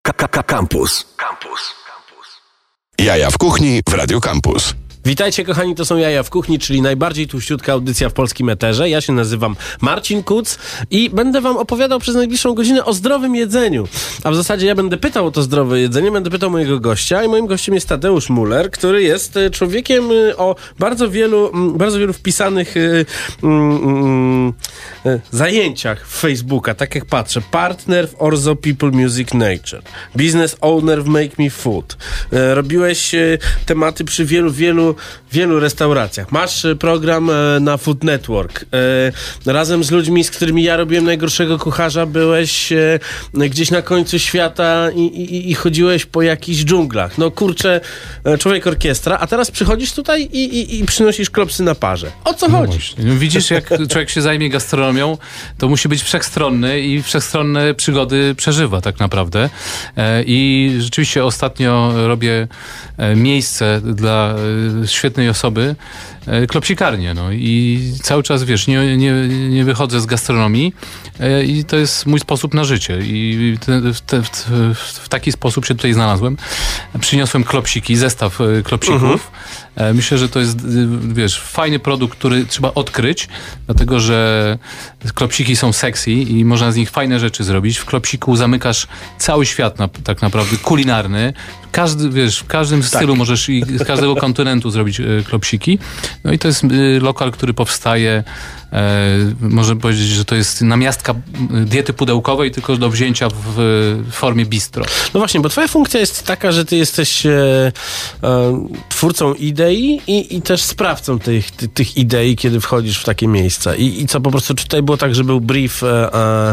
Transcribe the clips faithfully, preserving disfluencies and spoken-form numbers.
Campus. Campus. Jaja w kuchni w Radio Campus. Witajcie kochani, to są Jaja w kuchni, czyli najbardziej tłuściutka audycja w polskim eterze. Ja się nazywam Marcin Kuc i będę wam opowiadał przez najbliższą godzinę o zdrowym jedzeniu. A w zasadzie ja będę pytał o to zdrowe jedzenie, będę pytał mojego gościa i moim gościem jest Tadeusz Muller, który jest człowiekiem o bardzo wielu, bardzo wielu wpisanych mm, mm, zajęciach w Facebooka, tak jak patrzę. Partner w Orzo People Music Nature. Business owner w Make Me Food. Robiłeś tematy przy wielu, wielu wielu restauracjach. Masz program na Food Network. Razem z ludźmi, z którymi ja robiłem Najgorszego Kucharza, byłeś gdzieś na końcu świata i, i, i chodziłeś po jakichś dżunglach. No kurczę, człowiek orkiestra, a teraz przychodzisz tutaj i, i, i przynosisz klopsy na parze. O co no chodzi? Właśnie. Widzisz, jak człowiek się zajmie gastronomią, to musi być wszechstronny i wszechstronne przygody przeżywa tak naprawdę. I rzeczywiście ostatnio robię miejsce dla świetnej osoby, klopsikarnię, no i cały czas, wiesz, nie, nie, nie wychodzę z gastronomii i to jest mój sposób na życie i te, te, w, w taki sposób się tutaj znalazłem. Przyniosłem klopsiki, zestaw klopsików. Uh-huh. Myślę, że to jest, wiesz, fajny produkt, który trzeba odkryć, dlatego, że klopsiki są sexy i można z nich fajne rzeczy zrobić. W klopsiku zamykasz cały świat na, tak naprawdę, kulinarny. Każdy, wiesz, w każdym stylu tak. Możesz i z każdego kontynentu zrobić y, klopsiki. No i to jest y, lokal, który powstaje, e, można powiedzieć, że to jest namiastka diety pudełkowej, tylko do wzięcia w, w formie bistro. No właśnie, bo twoja funkcja jest taka, że ty jesteś e, e, twórcą idei i, i też sprawcą tych, ty, tych idei, kiedy wchodzisz w takie miejsca. I, i co po prostu, czy tutaj było tak, że był brief e, e,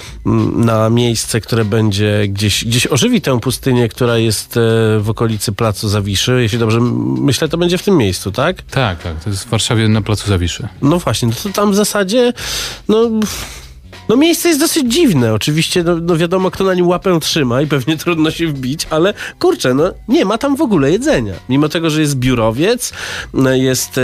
na miejsce, które będzie gdzieś, gdzieś ożywi tę pustynię, która jest w okolicy Placu Zawiszy. Jeśli dobrze myślę, to będzie w tym miejscu, tak? Tak, tak. To jest w Warszawie na Placu Zawiszy. No właśnie, no to tam w zasadzie no... No miejsce jest dosyć dziwne. Oczywiście no, no wiadomo, kto na nim łapę trzyma i pewnie trudno się wbić, ale kurczę, no nie ma tam w ogóle jedzenia. Mimo tego, że jest biurowiec, jest,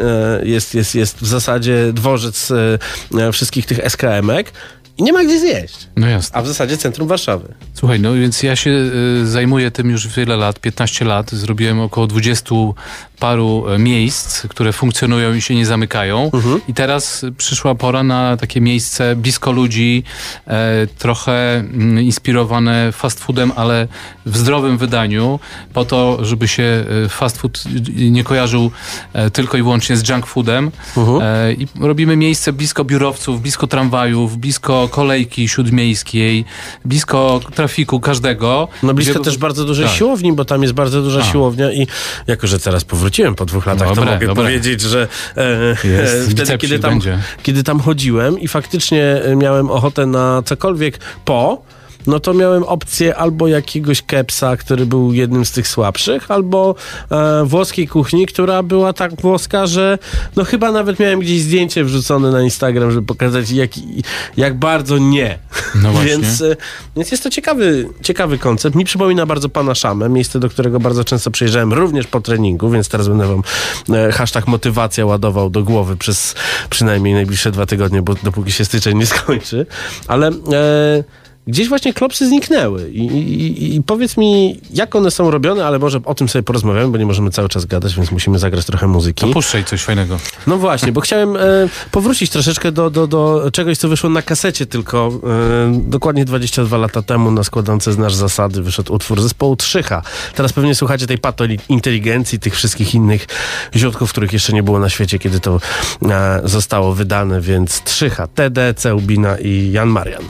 jest, jest, jest w zasadzie dworzec wszystkich tych es ka emek, i nie ma gdzie zjeść. No jasne. A w zasadzie centrum Warszawy. Słuchaj, no więc ja się y, zajmuję tym już wiele lat, piętnaście lat. Zrobiłem około dwudziestu paru miejsc, które funkcjonują i się nie zamykają. Mhm. I teraz przyszła pora na takie miejsce blisko ludzi, e, trochę m, inspirowane fast foodem, ale w zdrowym wydaniu, po to, żeby się fast food nie kojarzył e, tylko i wyłącznie z junk foodem. Mhm. E, I robimy miejsce blisko biurowców, blisko tramwajów, blisko kolejki śródmiejskiej, blisko trafiku każdego. No blisko gdzie... też bardzo dużej tak. siłowni, bo tam jest bardzo duża A. siłownia i jako, że teraz powróciłem po dwóch latach, dobre, to mogę dobre. powiedzieć, że e, jest, wtedy, kiedy tam, kiedy tam chodziłem i faktycznie miałem ochotę na cokolwiek po, no to miałem opcję albo jakiegoś kepsa, który był jednym z tych słabszych, albo e, włoskiej kuchni, która była tak włoska, że no chyba nawet miałem gdzieś zdjęcie wrzucone na Instagram, żeby pokazać jak, jak bardzo nie. No właśnie. więc, e, więc jest to ciekawy, ciekawy koncept. Mi przypomina bardzo Pana Szamę, miejsce, do którego bardzo często przyjeżdżałem również po treningu, więc teraz będę wam e, hashtag motywacja ładował do głowy przez przynajmniej najbliższe dwa tygodnie, bo dopóki się styczeń nie skończy. Ale e, gdzieś właśnie klopsy zniknęły I, i, i powiedz mi, jak one są robione, ale może o tym sobie porozmawiamy, bo nie możemy cały czas gadać, więc musimy zagrać trochę muzyki. To puszczaj coś fajnego. No właśnie, bo chciałem e, powrócić troszeczkę do, do, do czegoś, co wyszło na kasecie tylko e, dokładnie dwadzieścia dwa lata temu na składance Znasz Zasady wyszedł utwór zespołu Trzycha. Teraz pewnie słuchacie tej patointeligencji, tych wszystkich innych ziutków, których jeszcze nie było na świecie, kiedy to e, zostało wydane, więc Trzycha, T D, Ceubina i Jan Marian.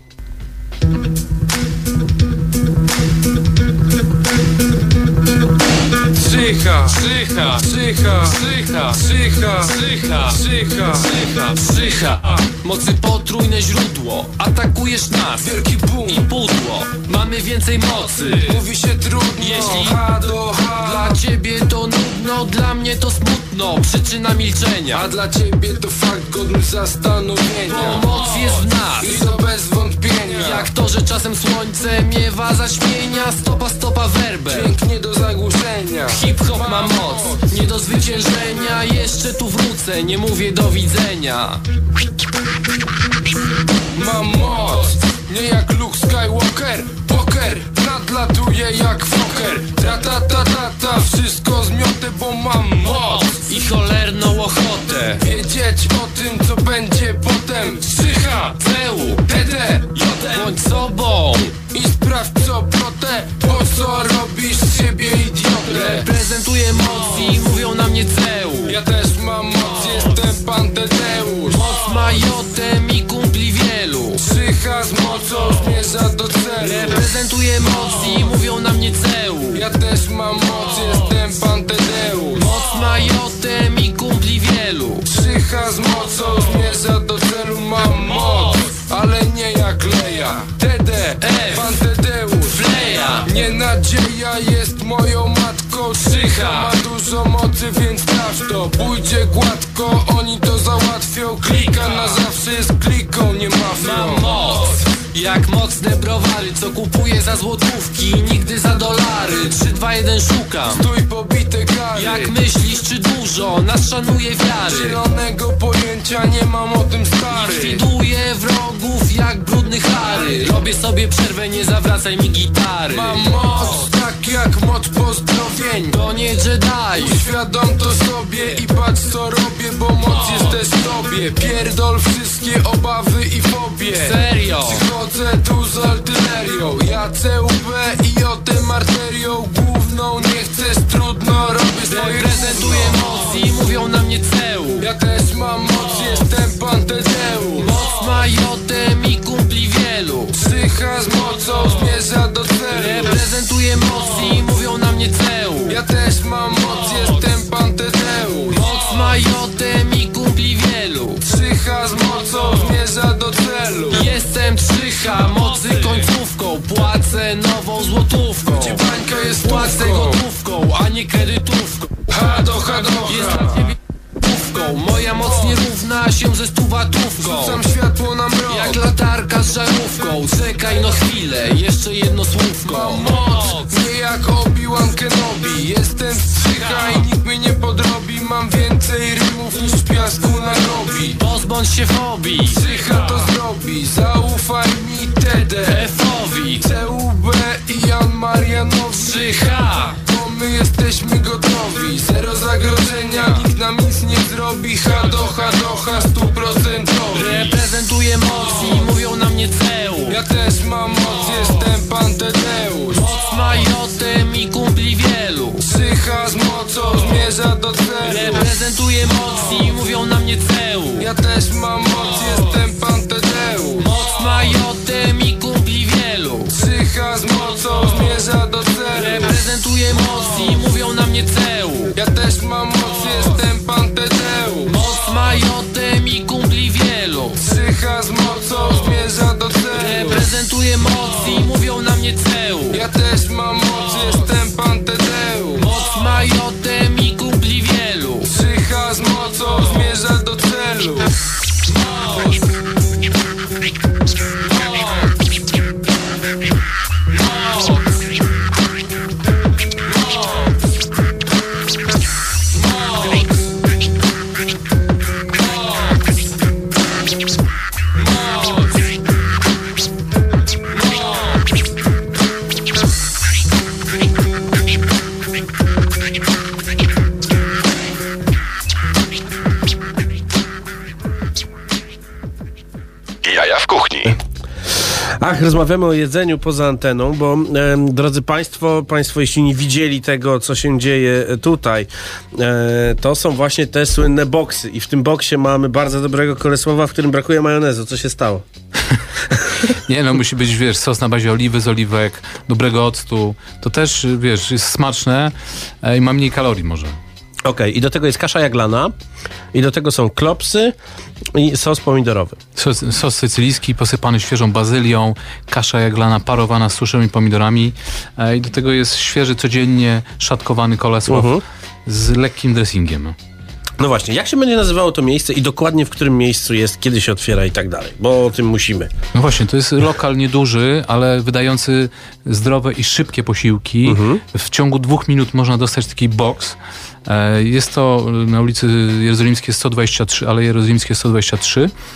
Trzycha, trzycha, trzycha, trzycha, trzycha, trzycha, trzycha, trzycha, trzycha. Mocy potrójne źródło, atakujesz nas, wielki boom i pudło. Mamy więcej mocy, mówi się trudno, jeśli H do H. Dla ciebie to nudno, dla mnie to smutno, przyczyna milczenia. A dla ciebie to fakt godny zastanowienia. Bo moc jest w nas i to bez wątpienia. Jak to, że czasem słońce miewa zaśpienia. Stopa, stopa, werbę, dźwięk nie do zagłuszenia. Hip-hop ma moc, nie do zwyciężenia. Jeszcze tu wrócę, nie mówię do widzenia. Mam moc, nie jak Luke Skywalker, poker, Czuję jak Fokker, tra ta ta ta ta, wszystko zmiotę, bo mam moc i cholerną ochotę wiedzieć o tym, co będzie potem. Strzycha, Zeus, T D, J, bądź sobą i sprawdź co protę, po co robisz z siebie idiotę. Reprezentuję moc i mówią na mnie Zeus. Ja też mam moc, jestem pan Tadeusz. Moc ma jotem i kumpli wielu. Strzycha z mocą zmierza do celu. Reprezentuję moc i mówią na mnie Zeus. Ja też mam moc, jestem pan Tadeusz. Moc ma jotem i kumpli wielu. Strzycha z mocą zmierza do celu. Mam moc, ale nie jak Leja. T D, F, pan Tadeusz, Fleja. Nie nadzieja jest moją matką. Strzycha ma dużo mocy, więc sprawdź to. Pójdzie gładko, oni to załatwią. Klika na zawsze jest kliką, nie mafią. Mam moc jak mocne browary, co kupuję za złotówki, nigdy za dolary. Trzy, dwa, jeden szukam. Stój pobite gary. Jak myślisz, czy dużo? Nas szanuje wiary. Zielonego pojęcia nie mam o tym, stary. Likwiduję wrogów jak brudny Harry. Robię sobie przerwę, nie zawracaj mi gitary. Mam moc, tak jak moc pozdrowień. To nie Jedi. Uświadom to sobie i patrz co robię, bo moc jest też w tobie. Pierdol wszystkie obawy i fobie. Serio? Przychodzę tu z artylerią. Ja C U B i o tym arterią główną. Nie chcesz, trudno, robię swoje. Reprezentuję moc i mówią na mnie Zeus. Ja też mam moc, jestem pan Tadeusz. Moc ma jotem i kumpli wielu. Strzycha z mocą zmierza do celu. Reprezentuję moc i mówią na mnie Zeus. Ja też mam moc, jestem pan Tadeusz. Moc ma jotem i kumpli wielu. Strzycha z mocą zmierza do celu. Jestem Strzycha, mocy końcówką. Płacę nową złotówką. Gdzie bańka jest stówką. Płacę gotówką, a nie kredytówką. Ha do ha do ha. Jest dla ciebie stówką. Moja moc nie równa się ze stówatówką. Rzucam światło na mrok jak latarka z żarówką. Czekaj no chwilę, jeszcze jedno słówko. Mam moc, nie jak Obi-Wan Kenobi. Jestem Strzycha i nikt mnie nie podrobi. Mam więcej rymów niż piasku na robi. Pozbądź się fobii, Strzycha to zrobi. Zaufaj mi T D, F-owi, C U B i Jan Marianowi. Strzycha, bo my jesteśmy gotowi. Zero zagrożenia, nikt nam nic nie zrobi. Ha do ha do ha, stuprocentowi. Reprezentuję moc i mówią na mnie Zeus. Ja też mam moc, jestem pan Tadeusz. Moc ma jotem i kumpli wielu. Strzycha z mocą zmierza do celu. Reprezentuję moc i mówią na mnie Zeus. Ja też mam moc, jestem pan Tadeusz. Moc ma jotem i kumpli wielu. Strzycha z mocą zmierza do celu. Reprezentuję moc i mówią na mnie Zeus. Ja też mam moc, jestem pan Tadeusz. Moc ma jotem i kumpli wielu. Strzycha z mocą zmierza do celu. Reprezentuję moc i mówią na mnie Zeus. Ja też mam moc, jestem pan Tadeusz. Moc ma jotem i kumpli wielu. Strzycha z mocą zmierza do celu. Moc. Jaja w kuchni. Ach, rozmawiamy o jedzeniu poza anteną, bo e, drodzy Państwo, Państwo jeśli nie widzieli tego, co się dzieje tutaj, e, to są właśnie te słynne boksy i w tym boksie mamy bardzo dobrego kolesłowa, w którym brakuje majonezu. Co się stało? Nie no, musi być, wiesz, sos na bazie oliwy z oliwek, dobrego octu. To też, wiesz, jest smaczne i ma mniej kalorii może. Okej, okay, i do tego jest kasza jaglana i do tego są klopsy i sos pomidorowy. Sos, sos sycylijski posypany świeżą bazylią, kasza jaglana parowana z suszonymi pomidorami e, i do tego jest świeży, codziennie szatkowany kolesław uh-huh. z lekkim dressingiem. No właśnie, jak się będzie nazywało to miejsce i dokładnie w którym miejscu jest, kiedy się otwiera i tak dalej, bo o tym musimy. No właśnie, to jest lokal nieduży, ale wydający zdrowe i szybkie posiłki. Mhm. W ciągu dwóch minut można dostać taki boks. Jest to na ulicy Jerozolimskiej sto dwadzieścia trzy, ale Jerozolimskie sto dwadzieścia trzy.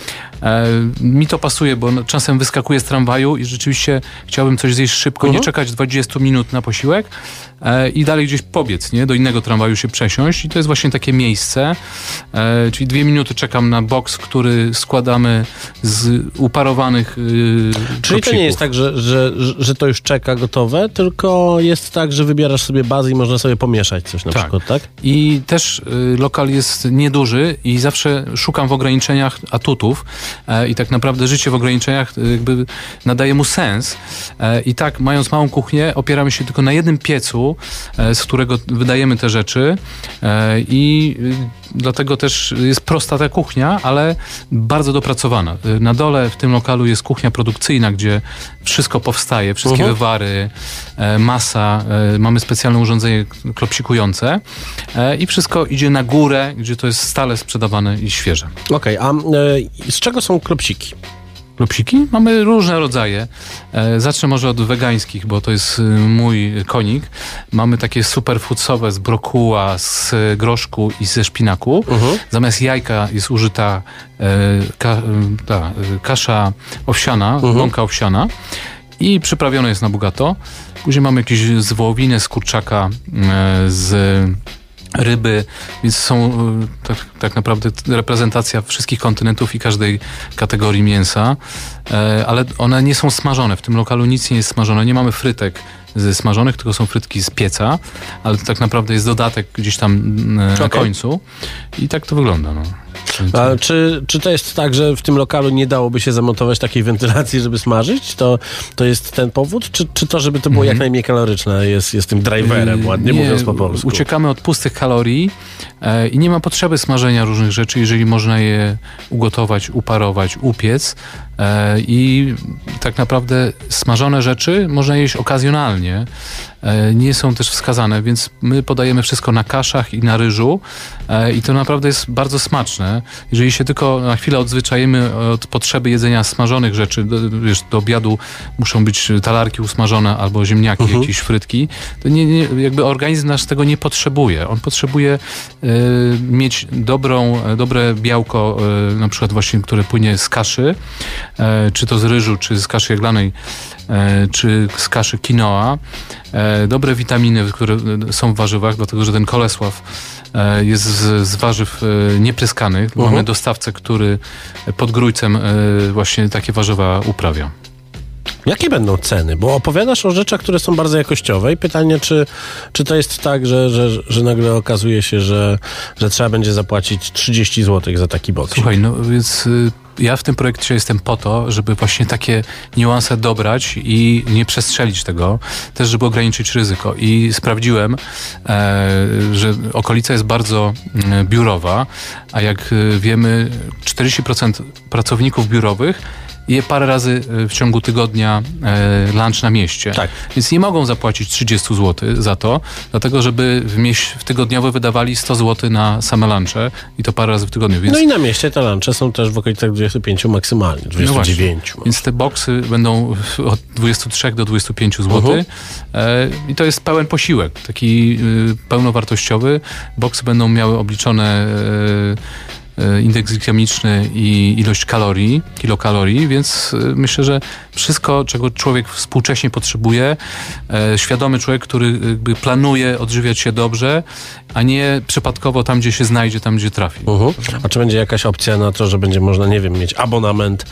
E, mi to pasuje, bo czasem wyskakuję z tramwaju i rzeczywiście chciałbym coś zjeść szybko, uh-huh. nie czekać dwadzieścia minut na posiłek e, i dalej gdzieś pobiec, nie? Do innego tramwaju się przesiąść i to jest właśnie takie miejsce, e, czyli dwie minuty czekam na boks, który składamy z uparowanych yy, Czyli to nie jest tak, że, że, że to już czeka gotowe, tylko jest tak, że wybierasz sobie bazę i można sobie pomieszać coś na tak. przykład, tak? I też y, lokal jest nieduży i zawsze szukam w ograniczeniach atutów e, i tak naprawdę życie w ograniczeniach y, jakby nadaje mu sens e, i tak mając małą kuchnię opieramy się tylko na jednym piecu, e, z którego wydajemy te rzeczy e, i y, dlatego też jest prosta ta kuchnia, ale bardzo dopracowana. Na dole w tym lokalu jest kuchnia produkcyjna, gdzie wszystko powstaje, wszystkie uh-huh. wywary, e, masa, e, mamy specjalne urządzenie klopsikujące e, i wszystko idzie na górę, gdzie to jest stale sprzedawane i świeże. Okej, okay, a e, z czego są klopsiki? Klopsiki? Mamy różne rodzaje. E, zacznę może od wegańskich, bo to jest y, mój konik. Mamy takie superfoodsowe z brokuła, z groszku i ze szpinaku. Uh-huh. Zamiast jajka jest użyta e, ka, ta, kasza owsiana, uh-huh. mąka owsiana i przyprawione jest na bogato. Później mamy jakieś z wołowiny, z kurczaka, e, z ryby, więc są tak, tak naprawdę reprezentacja wszystkich kontynentów i każdej kategorii mięsa, e, ale one nie są smażone. W tym lokalu nic nie jest smażone. Nie mamy frytek ze smażonych, tylko są frytki z pieca, ale to tak naprawdę jest dodatek gdzieś tam e, na okay. końcu i tak to wygląda. No. A czy, czy to jest tak, że w tym lokalu nie dałoby się zamontować takiej wentylacji, żeby smażyć? To, to jest ten powód? Czy, czy to, żeby to było mm. jak najmniej kaloryczne, jest, jest tym driverem, ładnie nie, mówiąc po polsku? Uciekamy od pustych kalorii e, i nie ma potrzeby smażenia różnych rzeczy, jeżeli można je ugotować, uparować, upiec. E, I tak naprawdę smażone rzeczy można jeść okazjonalnie. E, nie są też wskazane, więc my podajemy wszystko na kaszach i na ryżu e, i to naprawdę jest bardzo smaczne. Jeżeli się tylko na chwilę odzwyczajimy od potrzeby jedzenia smażonych rzeczy, do, wiesz, do obiadu muszą być talarki usmażone albo ziemniaki, uh-huh. jakieś frytki, to nie, nie, jakby organizm nasz tego nie potrzebuje. On potrzebuje e, mieć dobrą, dobre białko, e, na przykład właśnie, które płynie z kaszy, e, czy to z ryżu, czy z kaszy jaglanej, e, czy z kaszy quinoa. E, dobre witaminy, które są w warzywach, dlatego że ten kolesław e, jest z, z warzyw e, niepryskanych. Uh-huh. Mamy dostawcę, który pod Grójcem e, właśnie takie warzywa uprawia. Jakie będą ceny? Bo opowiadasz o rzeczach, które są bardzo jakościowe i pytanie, czy, czy to jest tak, że, że, że nagle okazuje się, że, że trzeba będzie zapłacić trzydzieści złotych za taki boks? Słuchaj, no więc y, ja w tym projekcie jestem po to, żeby właśnie takie niuanse dobrać i nie przestrzelić tego, też żeby ograniczyć ryzyko. I sprawdziłem, e, że okolica jest bardzo e, biurowa, a jak e, wiemy, czterdzieści procent pracowników biurowych je parę razy w ciągu tygodnia e, lunch na mieście. Tak. Więc nie mogą zapłacić trzydzieści złotych za to, dlatego żeby w, mieś, w tygodniowo wydawali sto złotych na same lunche i to parę razy w tygodniu. Więc... No i na mieście te lunche są też w okolicach dwudziestu pięciu maksymalnie, dwudziestu dziewięciu. No więc te boksy będą od dwudziestu trzech do dwudziestu pięciu złotych uh-huh. e, i to jest pełen posiłek, taki y, pełnowartościowy. Boksy będą miały obliczone y, indeks glikemiczny i ilość kalorii, kilokalorii, więc myślę, że wszystko, czego człowiek współcześnie potrzebuje, e, świadomy człowiek, który jakby planuje odżywiać się dobrze, a nie przypadkowo tam, gdzie się znajdzie, tam, gdzie trafi. Uh-huh. A czy będzie jakaś opcja na to, że będzie można, nie wiem, mieć abonament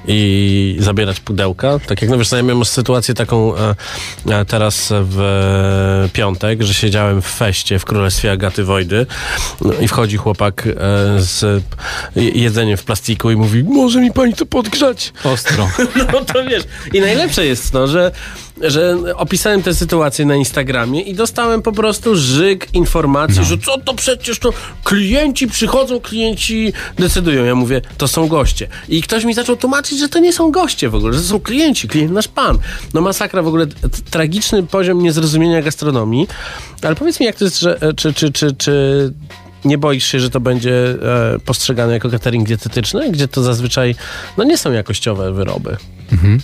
i zabierać pudełka? Tak jak, no wiesz, ja miałem sytuację taką e, teraz w e, piątek, że siedziałem w feście w Królestwie Agaty Wojdy no, i wchodzi chłopak e, z jedzeniem w plastiku i mówi, może mi pani to podgrzać? Ostro. No to wiesz. I najlepsze jest to, że, że opisałem tę sytuację na Instagramie i dostałem po prostu żyk informacji, no. że co to przecież to klienci przychodzą, klienci decydują. Ja mówię, to są goście. I ktoś mi zaczął tłumaczyć, że to nie są goście w ogóle, że to są klienci, klient nasz pan. No masakra w ogóle, t- tragiczny poziom niezrozumienia gastronomii. Ale powiedz mi, jak to jest, że czy, czy, czy, czy nie boisz się, że to będzie e, postrzegane jako catering dietetyczny, gdzie to zazwyczaj no nie są jakościowe wyroby? Mhm.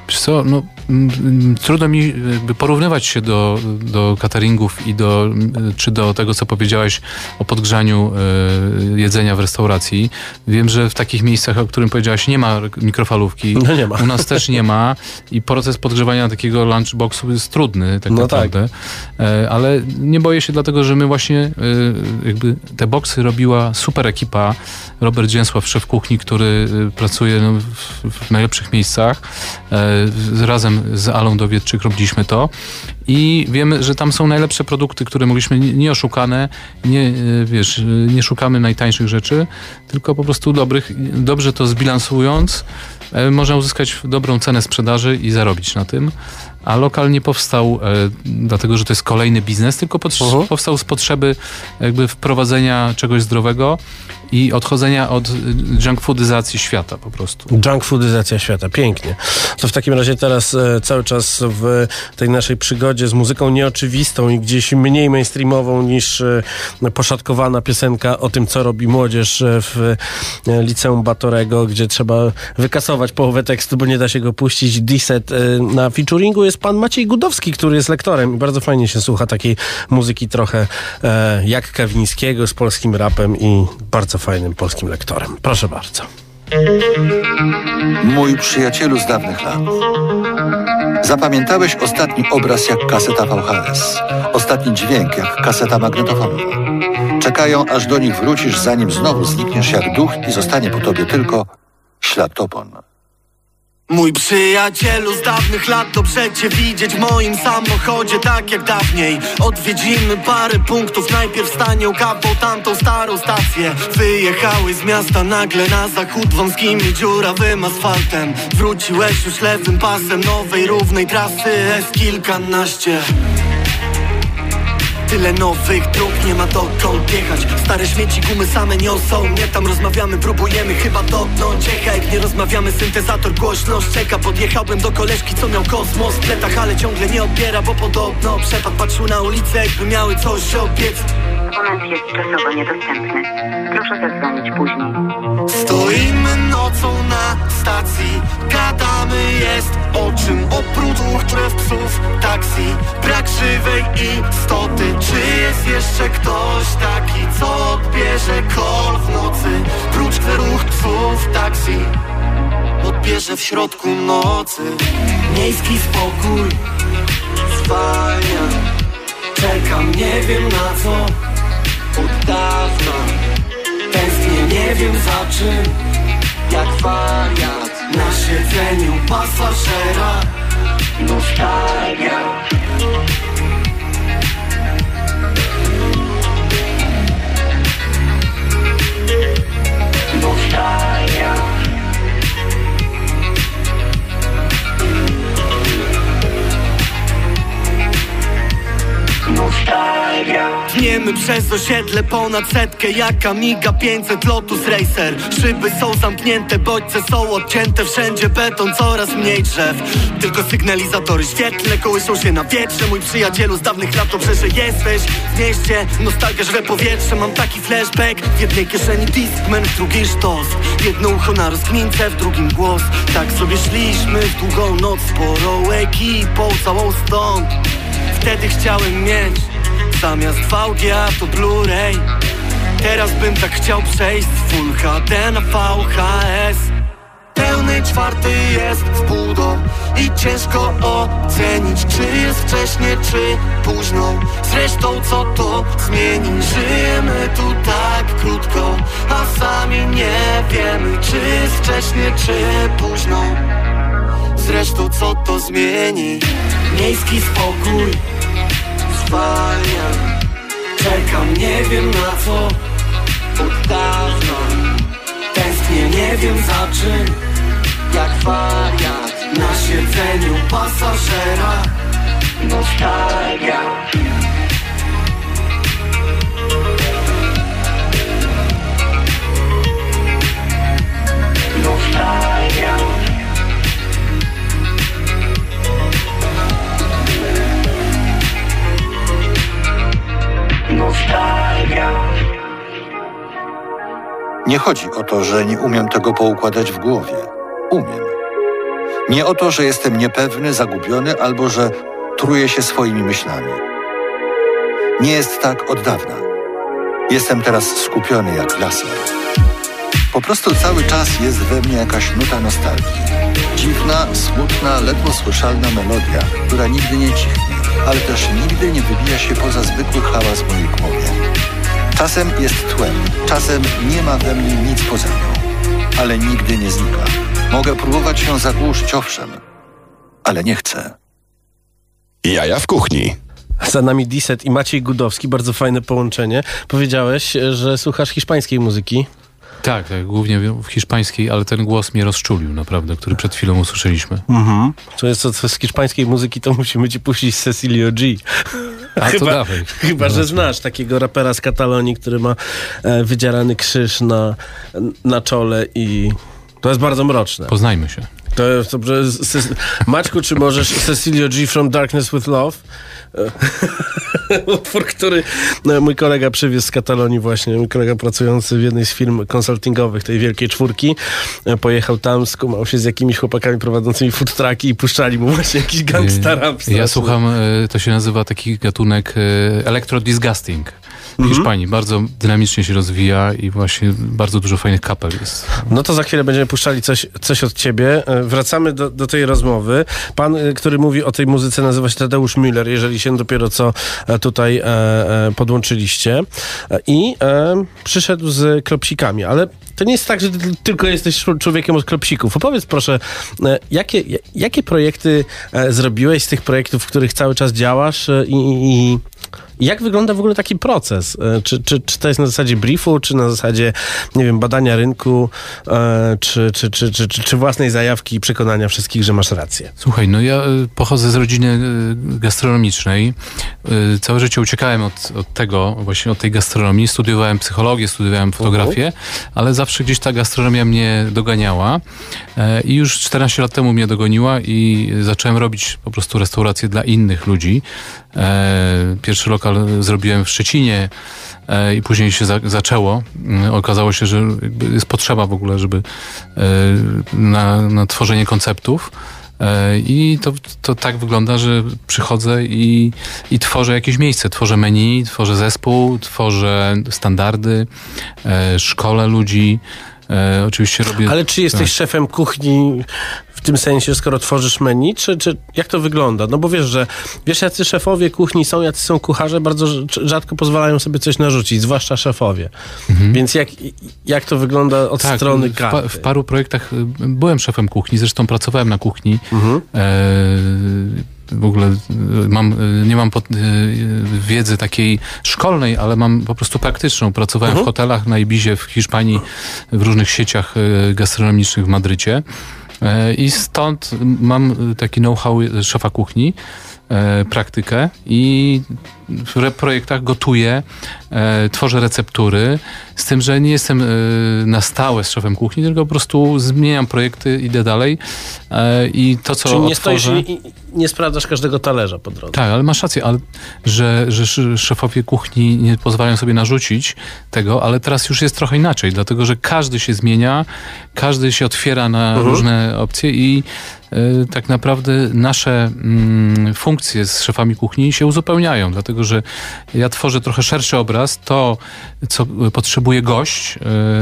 Wiesz co, no m, trudno mi jakby porównywać się do, do cateringów i do, czy do tego, co powiedziałeś o podgrzaniu y, jedzenia w restauracji. Wiem, że w takich miejscach, o którym powiedziałaś, nie ma mikrofalówki. No nie ma. U nas też nie ma i proces podgrzewania takiego lunchboxu jest trudny tak no naprawdę. Tak. E, ale nie boję się, dlatego że my właśnie y, jakby te boksy robiła super ekipa. Robert Dzięsław, szef kuchni, który y, pracuje no, w, w najlepszych miejscach. E, razem z Alą Dowiedczyk robiliśmy to i wiemy, że tam są najlepsze produkty, które mogliśmy nieoszukane, nie, wiesz, nie szukamy najtańszych rzeczy, tylko po prostu dobrych, dobrze to zbilansując, e, można uzyskać dobrą cenę sprzedaży i zarobić na tym. A lokal nie powstał e, dlatego, że to jest kolejny biznes, tylko pot- uh-huh. powstał z potrzeby jakby wprowadzenia czegoś zdrowego i odchodzenia od junk foodyzacji świata po prostu. Junk foodyzacja świata, pięknie. To w takim razie teraz e, cały czas w tej naszej przygodzie z muzyką nieoczywistą i gdzieś mniej mainstreamową niż e, poszatkowana piosenka o tym, co robi młodzież w e, liceum Batorego, gdzie trzeba wykasować połowę tekstu, bo nie da się go puścić. D-set e, na featuringu jest pan Maciej Gudowski, który jest lektorem i bardzo fajnie się słucha takiej muzyki trochę e, jak Kawińskiego z polskim rapem i bardzo fajnym polskim lektorem. Proszę bardzo. Mój przyjacielu z dawnych lat. Zapamiętałeś ostatni obraz jak kaseta V H S. Ostatni dźwięk jak kaseta magnetofonowa. Czekają, aż do nich wrócisz, zanim znowu znikniesz jak duch i zostanie po tobie tylko śladopon. Mój przyjacielu z dawnych lat, dobrze cię widzieć w moim samochodzie, tak jak dawniej. Odwiedzimy parę punktów, najpierw stanią kawą tamtą starą stację. Wyjechały z miasta nagle na zachód wąskimi dziurawym asfaltem. Wróciłeś już lewym pasem nowej równej trasy S kilkanaście. Tyle nowych dróg, nie ma dokąd jechać. Stare śmieci, gumy same niosą mnie tam. Rozmawiamy, próbujemy chyba dotknąć echa. Jak nie rozmawiamy, syntezator głośno szczeka. Podjechałbym do koleżki, co miał kosmos w pletach, ale ciągle nie odbiera, bo podobno przepadł. Patrzył na ulicę, jakby miały coś obiec. Abonent jest czasowo niedostępny. Proszę zadzwonić później. Stoimy nocą na stacji, gadamy jest o czym oprócz krew psów taksi. Brak żywej istoty. Czy jest jeszcze ktoś taki, co odbierze kol w nocy? Prócz kweruch psów taksi odbierze w środku nocy. Miejski spokój zwalnia. Czekam, nie wiem na co od dawna. Tęsknię, nie wiem za czym. Jak wariat na siedzeniu pasażera. Nostalgia. Nostalgia. Nostalgia. Tniemy przez osiedle ponad setkę jak Amiga pięćset Lotus Racer. Szyby są zamknięte, bodźce są odcięte. Wszędzie beton, coraz mniej drzew. Tylko sygnalizatory świetlne kołyszą się na wietrze. Mój przyjacielu z dawnych lat, dobrze, że jesteś w mieście. Nostalgia żre powietrze, mam taki flashback. W jednej kieszeni Discman, w drugiej sztos. Jedno ucho na rozkmince, w drugim głos. Tak sobie szliśmy w długą noc, sporą ekipą, całą stąd. Wtedy chciałem mieć zamiast V G A to Blu-ray. Teraz bym tak chciał przejść z Full H D na V H S. Pełny czwarty jest w pół do i ciężko ocenić, czy jest wcześnie, czy późno. Zresztą co to zmieni? Żyjemy tu tak krótko, a sami nie wiemy, czy jest wcześnie, czy późno. Zresztą co to zmieni? Miejski spokój zwalnia. Czekam, nie wiem na co od dawna. Tęsknię, nie wiem za czym. Jak wariat na siedzeniu pasażera. Nostalgia. Nostalgia. Nostalgia. Nie chodzi o to, że nie umiem tego poukładać w głowie. Umiem. Nie o to, że jestem niepewny, zagubiony albo że truję się swoimi myślami. Nie jest tak od dawna. Jestem teraz skupiony jak laser. Po prostu cały czas jest we mnie jakaś nuta nostalgii. Dziwna, smutna, ledwo słyszalna melodia, która nigdy nie cichnie, ale też nigdy nie wybija się poza zwykły hałas w mojej głowie. Czasem jest tłem, czasem nie ma we mnie nic poza nią, ale nigdy nie znika. Mogę próbować się zagłuszyć, owszem, ale nie chcę. Jaja w kuchni. Za nami Diset i Maciej Gudowski, bardzo fajne połączenie. Powiedziałeś, że słuchasz hiszpańskiej muzyki. Tak, tak, głównie w hiszpańskiej, ale ten głos mnie rozczulił naprawdę, który przed chwilą usłyszeliśmy. Mhm. To jest co, co z hiszpańskiej muzyki, to musimy ci puścić Cecilio G. A chyba, to dawaj. Chyba, że znasz takiego rapera z Katalonii, który ma e, wydzierany krzyż na, na czole i to jest bardzo mroczne. Poznajmy się. To jest dobrze. Maćku, czy możesz Cecilio G from Darkness with Love? Utwór, który no, mój kolega przywiózł z Katalonii właśnie, mój kolega pracujący w jednej z firm konsultingowych tej wielkiej czwórki, pojechał tam, skumał się z jakimiś chłopakami prowadzącymi food trucki i puszczali mu właśnie jakiś gangsta rap. Ja słucham, to się nazywa taki gatunek electro disgusting. W Hiszpanii bardzo dynamicznie się rozwija i właśnie bardzo dużo fajnych kapel jest. No to za chwilę będziemy puszczali coś, coś od ciebie. Wracamy do, do tej rozmowy. Pan, który mówi o tej muzyce, nazywa się Tadeusz Müller, jeżeli się dopiero co tutaj e, e, podłączyliście. I e, przyszedł z klopsikami, ale to nie jest tak, że ty tylko jesteś człowiekiem od klopsików. Opowiedz proszę, e, jakie, jakie projekty e, zrobiłeś z tych projektów, w których cały czas działasz e, i, i jak wygląda w ogóle taki proces? Czy, czy, czy to jest na zasadzie briefu, czy na zasadzie, nie wiem, badania rynku, e, czy, czy, czy, czy, czy, czy własnej zajawki i przekonania wszystkich, że masz rację? Słuchaj, no ja pochodzę z rodziny gastronomicznej. Całe życie uciekałem od, od tego, właśnie od tej gastronomii. Studiowałem psychologię, studiowałem fotografię, uh-huh. ale zawsze gdzieś ta gastronomia mnie doganiała. I już czternaście lat temu mnie dogoniła i zacząłem robić po prostu restauracje dla innych ludzi. Pierwszy lokal zrobiłem w Szczecinie i później się za, zaczęło. Okazało się, że jest potrzeba w ogóle, żeby na, na tworzenie konceptów. I to, to tak wygląda, że przychodzę i, i tworzę jakieś miejsce. Tworzę menu, tworzę zespół, tworzę standardy, szkolę ludzi. E, oczywiście robię... Ale czy jesteś tak. szefem kuchni w tym sensie, skoro tworzysz menu, czy, czy jak to wygląda? No bo wiesz, że wiesz, jacy szefowie kuchni są, jacy są kucharze, bardzo rzadko pozwalają sobie coś narzucić, zwłaszcza szefowie. Mhm. Więc jak, jak to wygląda od tak, strony w, karty? w paru projektach byłem szefem kuchni, zresztą pracowałem na kuchni. Mhm. E, w ogóle mam, nie mam pod, wiedzy takiej szkolnej, ale mam po prostu praktyczną. Pracowałem uh-huh. w hotelach na Ibizie, w Hiszpanii, w różnych sieciach gastronomicznych w Madrycie i stąd mam taki know-how szefa kuchni, praktykę i w projektach gotuję, e, tworzę receptury, z tym, że nie jestem e, na stałe z szefem kuchni, tylko po prostu zmieniam projekty, idę dalej e, i to, co Czyli nie otworzę... stoisz i nie sprawdzasz każdego talerza po drodze. Tak, ale masz rację, ale, że, że szefowie kuchni nie pozwalają sobie narzucić tego, ale teraz już jest trochę inaczej, dlatego, że każdy się zmienia, każdy się otwiera na uh-huh. różne opcje i y, tak naprawdę nasze y, funkcje z szefami kuchni się uzupełniają, dlatego, że ja tworzę trochę szerszy obraz, to, co potrzebuje gość, y,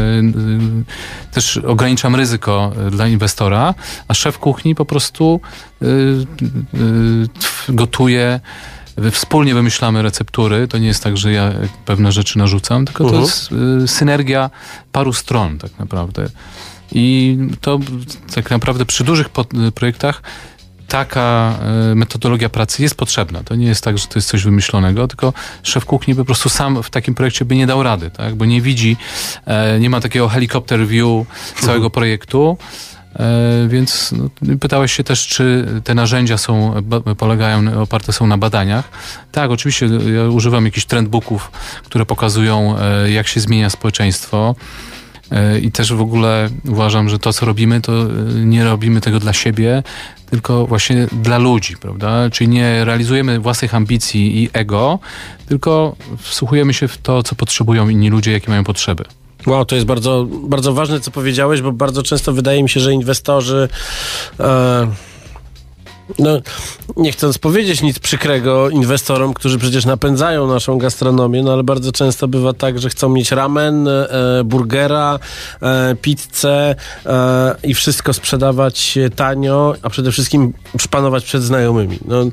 y, też ograniczam ryzyko dla inwestora, a szef kuchni po prostu y, y, gotuje, wspólnie wymyślamy receptury. To nie jest tak, że ja pewne rzeczy narzucam, tylko uh-huh. to jest y, synergia paru stron tak naprawdę. I to tak naprawdę przy dużych pod, projektach taka y, metodologia pracy jest potrzebna. To nie jest tak, że to jest coś wymyślonego, tylko szef kuchni po prostu sam w takim projekcie by nie dał rady, tak? Bo nie widzi, e, nie ma takiego helicopter view całego uh-huh. projektu. E, więc no, pytałeś się też, czy te narzędzia są, ba, polegają, oparte są na badaniach. Tak, oczywiście ja używam jakichś trendbooków, które pokazują, e, jak się zmienia społeczeństwo. E, I też w ogóle uważam, że to, co robimy, to nie robimy tego dla siebie, tylko właśnie dla ludzi, prawda? Czyli nie realizujemy własnych ambicji i ego, tylko wsłuchujemy się w to, co potrzebują inni ludzie, jakie mają potrzeby. Wow, to jest bardzo, bardzo ważne, co powiedziałeś, bo bardzo często wydaje mi się, że inwestorzy... E, No, nie chcąc powiedzieć nic przykrego inwestorom, którzy przecież napędzają naszą gastronomię, no ale bardzo często bywa tak, że chcą mieć ramen, e, burgera, e, pizzę e, i wszystko sprzedawać tanio, a przede wszystkim szpanować przed znajomymi. No,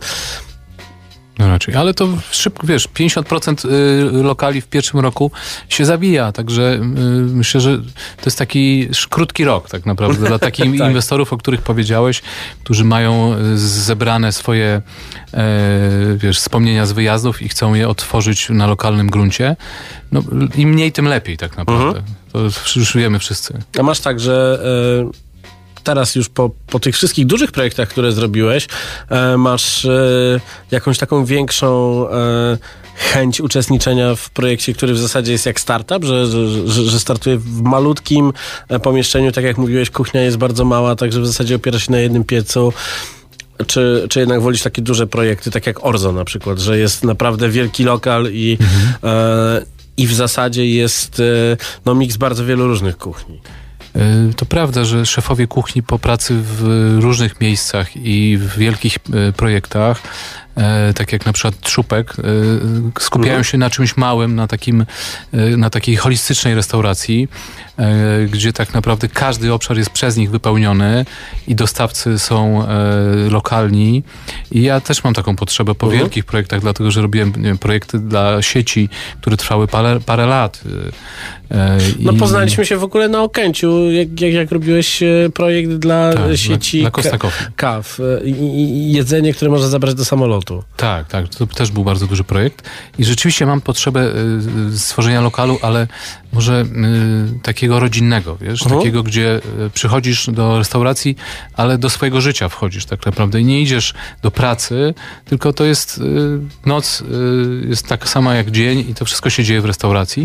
No raczej, ale to szybko, wiesz, pięćdziesiąt procent lokali w pierwszym roku się zabija, także myślę, że to jest taki krótki rok tak naprawdę dla takich tak. inwestorów, o których powiedziałeś, którzy mają zebrane swoje wiesz, wspomnienia z wyjazdów i chcą je otworzyć na lokalnym gruncie. No, im mniej, tym lepiej tak naprawdę. Mhm. To już wiemy wszyscy. A masz tak, że y- teraz już po, po tych wszystkich dużych projektach, które zrobiłeś, e, masz e, jakąś taką większą e, chęć uczestniczenia w projekcie, który w zasadzie jest jak startup, że, że, że, że startuje w malutkim e, pomieszczeniu, tak jak mówiłeś, kuchnia jest bardzo mała, także w zasadzie opiera się na jednym piecu. Czy, czy jednak wolisz takie duże projekty, tak jak Orzo na przykład, że jest naprawdę wielki lokal i, mhm. e, i w zasadzie jest e, no, miks bardzo wielu różnych kuchni. To prawda, że szefowie kuchni po pracy w różnych miejscach i w wielkich projektach, tak jak na przykład Trzupek, skupiają mhm. się na czymś małym, na takim, na takiej holistycznej restauracji, gdzie tak naprawdę każdy obszar jest przez nich wypełniony i dostawcy są lokalni. I ja też mam taką potrzebę po mhm. wielkich projektach, dlatego że robiłem nie wiem, projekty dla sieci, które trwały parę, parę lat. I... No poznaliśmy się w ogóle na Okęciu, jak, jak, jak robiłeś projekt dla tak, sieci dla, dla Costa kaw i, i jedzenie, które można zabrać do samolotu. Tak, tak. To też był bardzo duży projekt i rzeczywiście mam potrzebę y, stworzenia lokalu, ale może y, takiego rodzinnego, wiesz, uh-huh. takiego, gdzie y, przychodzisz do restauracji, ale do swojego życia wchodzisz tak naprawdę i nie idziesz do pracy, tylko to jest y, noc, y, jest taka sama jak dzień i to wszystko się dzieje w restauracji.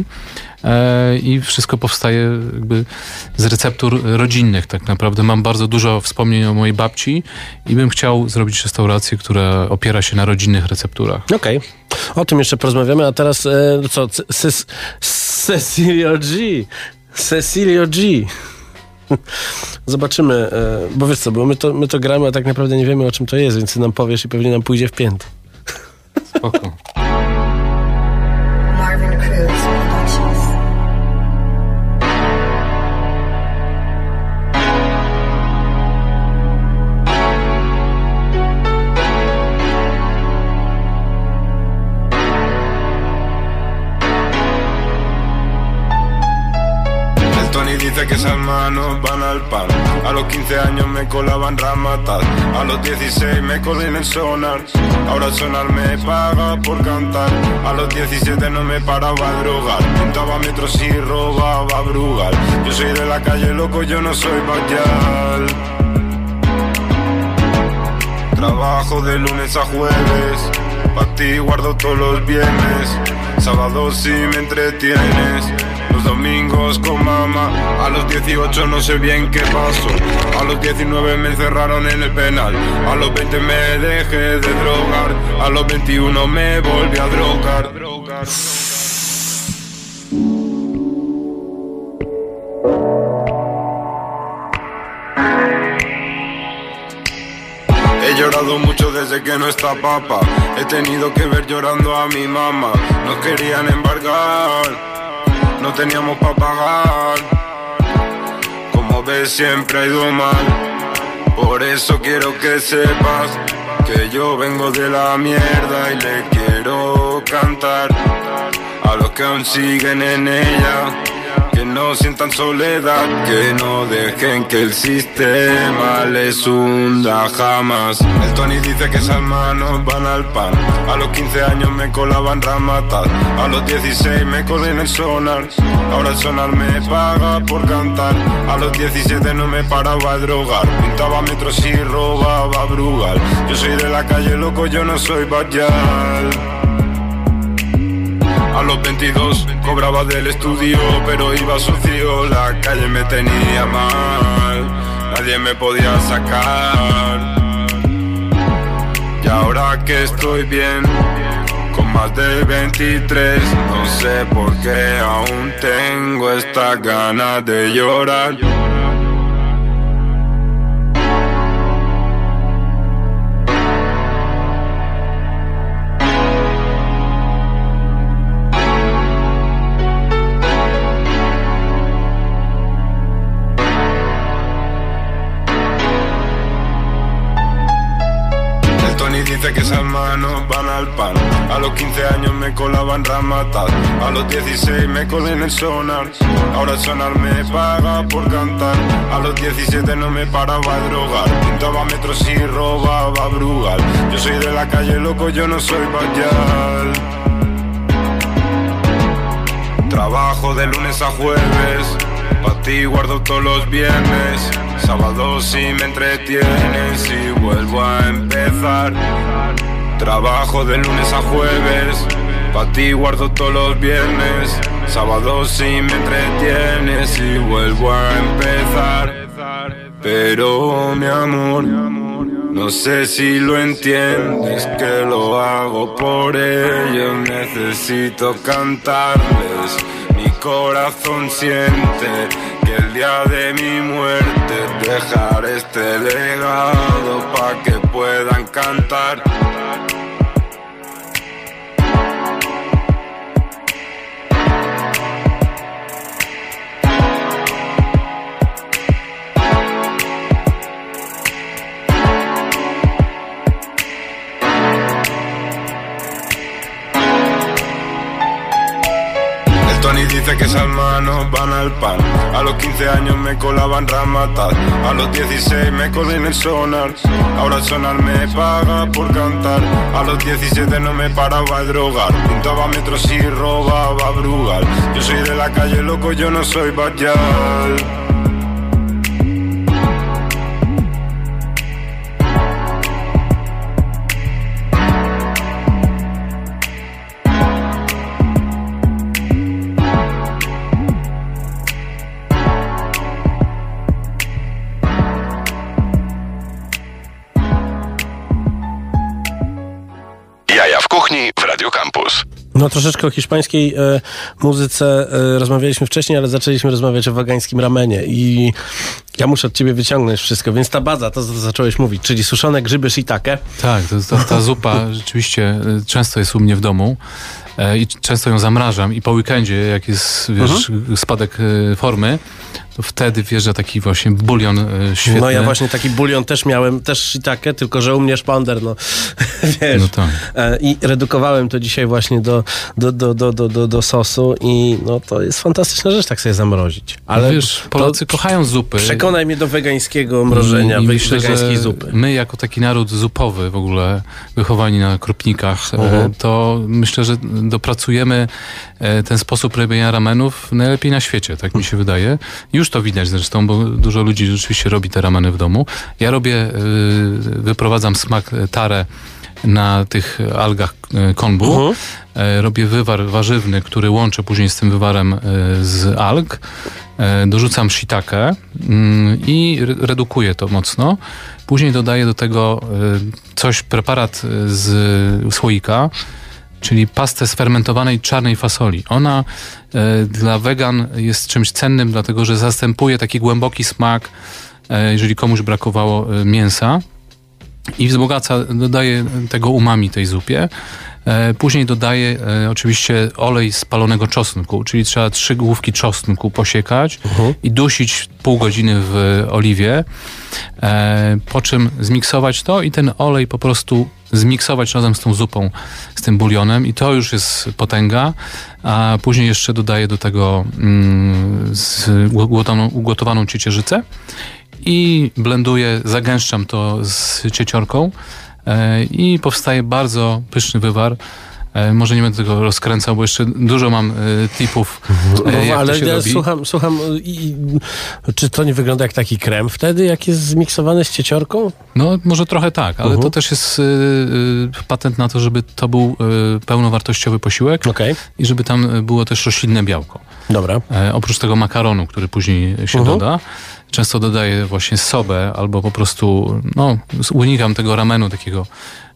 I wszystko powstaje jakby z receptur rodzinnych tak naprawdę. Mam bardzo dużo wspomnień o mojej babci i bym chciał zrobić restaurację, która opiera się na rodzinnych recepturach. Okej. Okay. O tym jeszcze porozmawiamy, a teraz e, co? Cecilio G. Cecilio G. Zobaczymy, e, bo wiesz co, bo my to, my to gramy, a tak naprawdę nie wiemy, o czym to jest, więc ty nam powiesz i pewnie nam pójdzie w pięty. Spoko. Dice que esas manos van al pan. A los quince años me colaban ramatas. A los dieciséis me colé en el sonar. Ahora el sonar me paga por cantar. A los diecisiete no me paraba a drogar. Pintaba metros y robaba Brugal. Yo soy de la calle, loco, yo no soy bayal. Trabajo de lunes a jueves. Pa' ti guardo todos los viernes. Sábados sí me entretienes. Los domingos con mamá. A los dieciocho no sé bien qué pasó. A los diecinueve me encerraron en el penal. A los veinte me dejé de drogar. A los veintiuno me volví a drogar. He llorado mucho desde que no está papá. He tenido que ver llorando a mi mamá. Nos querían embargar. No teníamos pa' pagar. Como ves siempre ha ido mal. Por eso quiero que sepas que yo vengo de la mierda y le quiero cantar a los que aún siguen en ella. Que no sientan soledad, que no dejen que el sistema les hunda jamás. El Tony dice que esas manos van al pan. A los quince años me colaban ramatas. A los dieciséis me colé en el sonar. Ahora el sonar me paga por cantar. A los diecisiete no me paraba a drogar. Pintaba metros y robaba Brugal. Yo soy de la calle, loco, yo no soy bayal. A los veintidós cobraba del estudio, pero iba sucio, la calle me tenía mal, nadie me podía sacar. Y ahora que estoy bien, con más de veintitrés. No sé por qué aún tengo estas ganas de llorar. Dice que esas manos van al pan. A los quince años me colaban Ramatat. A los dieciséis me colé en el sonar. Ahora sonar me paga por cantar. A los diecisiete no me paraba de drogar. Pintaba metros y robaba Brugal. Yo soy de la calle, loco, yo no soy bayal. Trabajo de lunes a jueves. Pa' ti guardo todos los viernes. Sábado si me entretienes y vuelvo a empezar. Trabajo de lunes a jueves. Pa' ti guardo todos los viernes. Sábado si me entretienes y vuelvo a empezar. Pero mi amor, no sé si lo entiendes, que lo hago por ellos. Necesito cantarles. Mi corazón siente que el día de mi muerte dejaré este legado pa' que puedan cantar. Tony dice que esas manos van al pan. A los quince años me colaban Ramatat. A los dieciséis me colé en el sonar. Ahora el sonar me paga por cantar. A los diecisiete no me paraba de drogar. Pintaba metros y robaba Brugal. Yo soy de la calle, loco, yo no soy bayal. Jaja w kuchni w Radio Campus. No troszeczkę o hiszpańskiej e, muzyce e, rozmawialiśmy wcześniej, ale zaczęliśmy rozmawiać o wegańskim ramenie i ja muszę od ciebie wyciągnąć wszystko, więc ta baza, to co zacząłeś mówić, czyli suszone grzyby shiitake. Tak, to, to, ta zupa rzeczywiście często jest u mnie w domu e, i często ją zamrażam i po weekendzie, jak jest, wiesz, mhm. spadek e, formy, to wtedy wjeżdża taki właśnie bulion e, świetny. No ja właśnie taki bulion też miałem, też shiitake, tylko że u mnie szpander, no wiesz. No tak. E, I redukowałem to dzisiaj właśnie do, do, do, do, do, do, do sosu i no to jest fantastyczna rzecz tak sobie zamrozić. Ale no wiesz, Polacy kochają zupy. Przekonaj mnie do wegańskiego mrożenia, I, i myślę, wegańskiej że zupy. My jako taki naród zupowy w ogóle, wychowani na kropnikach, Uh-huh. to myślę, że dopracujemy ten sposób robienia ramenów najlepiej na świecie, tak mi się wydaje. Już to widać zresztą, bo dużo ludzi rzeczywiście robi te rameny w domu. Ja robię, wyprowadzam smak tare na tych algach konbu. Uh-huh. Robię wywar warzywny, który łączę później z tym wywarem z alg. Dorzucam shiitake i redukuję to mocno. Później dodaję do tego coś, preparat z słoika, czyli pastę z fermentowanej czarnej fasoli. Ona dla wegan jest czymś cennym, dlatego że zastępuje taki głęboki smak, jeżeli komuś brakowało mięsa. I wzbogaca, dodaje tego umami tej zupie. Później dodaję e, oczywiście olej spalonego czosnku, czyli trzeba trzy główki czosnku posiekać uh-huh. i dusić pół godziny w oliwie, e, po czym zmiksować to i ten olej po prostu zmiksować razem z tą zupą, z tym bulionem i to już jest potęga, a później jeszcze dodaję do tego mm, z ugotowaną, ugotowaną ciecierzycę i blenduję, zagęszczam to z cieciorką i powstaje bardzo pyszny wywar. Może nie będę tego rozkręcał, bo jeszcze dużo mam tipów, no, jak ale to się ja robi. Słucham, słucham i, czy to nie wygląda jak taki krem wtedy, jak jest zmiksowany z cieciorką? No może trochę tak, ale uh-huh. to też jest y, y, patent na to, żeby to był y, pełnowartościowy posiłek okay. i żeby tam było też roślinne białko. Dobra. E, oprócz tego makaronu, który później się uh-huh. doda. Często dodaję właśnie sobę albo po prostu, no, unikam tego ramenu takiego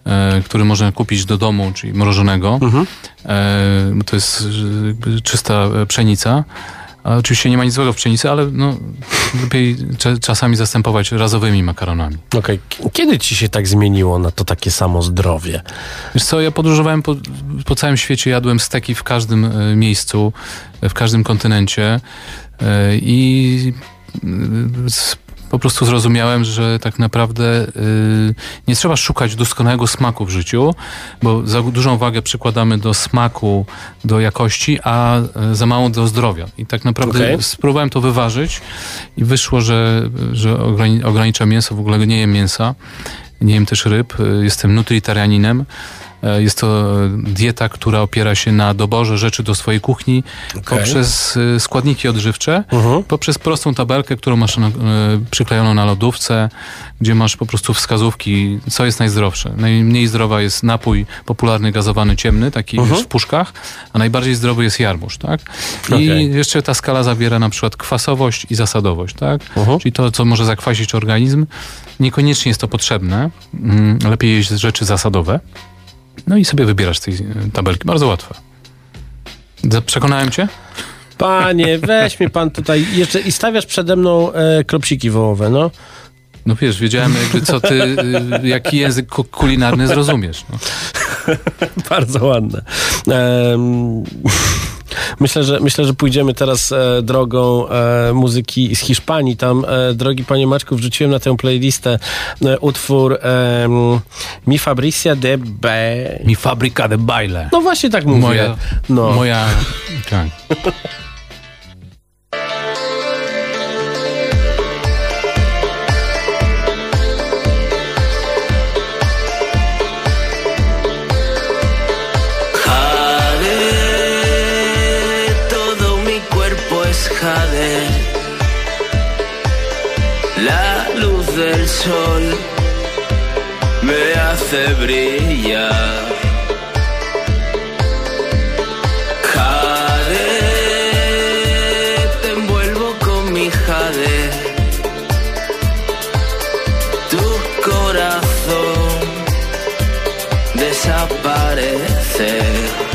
e, który można kupić do domu, czyli mrożonego. Mhm. E, to jest jakby czysta pszenica. A oczywiście nie ma nic złego w pszenicy, ale no, lepiej cze- czasami zastępować razowymi makaronami. Okej. Okay. Kiedy ci się tak zmieniło na to takie samo zdrowie? Wiesz co, ja podróżowałem po, po całym świecie, jadłem steki w każdym e, miejscu, w każdym kontynencie e, i e, po prostu zrozumiałem, że tak naprawdę y, nie trzeba szukać doskonałego smaku w życiu, bo za dużą wagę przykładamy do smaku, do jakości, a y, za mało do zdrowia. I tak naprawdę okay. spróbowałem to wyważyć i wyszło, że, że ograni- ograniczam mięso, w ogóle nie jem mięsa, nie jem też ryb, y, jestem nutritarianinem. Jest to dieta, która opiera się na doborze rzeczy do swojej kuchni okay. poprzez składniki odżywcze, uh-huh. poprzez prostą tabelkę, którą masz na, przyklejoną na lodówce, gdzie masz po prostu wskazówki, co jest najzdrowsze. Najmniej zdrowa jest napój popularny, gazowany, ciemny, taki uh-huh. już w puszkach, a najbardziej zdrowy jest jarmuż, tak? I okay. jeszcze ta skala zawiera na przykład kwasowość i zasadowość, tak? Uh-huh. Czyli to, co może zakwasić organizm. Niekoniecznie jest to potrzebne. Lepiej jeść rzeczy zasadowe. No i sobie wybierasz z tej tabelki. Bardzo łatwe. Przekonałem cię? Panie, weź mnie pan tutaj jeszcze i stawiasz przede mną e, klopsiki wołowe, no. No wiesz, wiedziałem jakby co ty, jaki język kulinarny zrozumiesz. No. Bardzo ładne. Um, myślę, że, myślę, że pójdziemy teraz e, drogą e, muzyki z Hiszpanii. Tam, e, drogi panie Maćku, wrzuciłem na tę playlistę e, utwór e, Mi Fabricia de Be... Mi Fabrica de Baile. No właśnie tak mówię. Moja... No. Moja... Tak. Jade, la luz del sol me hace brillar. Jade, te envuelvo con mi jade, tu corazón desaparece.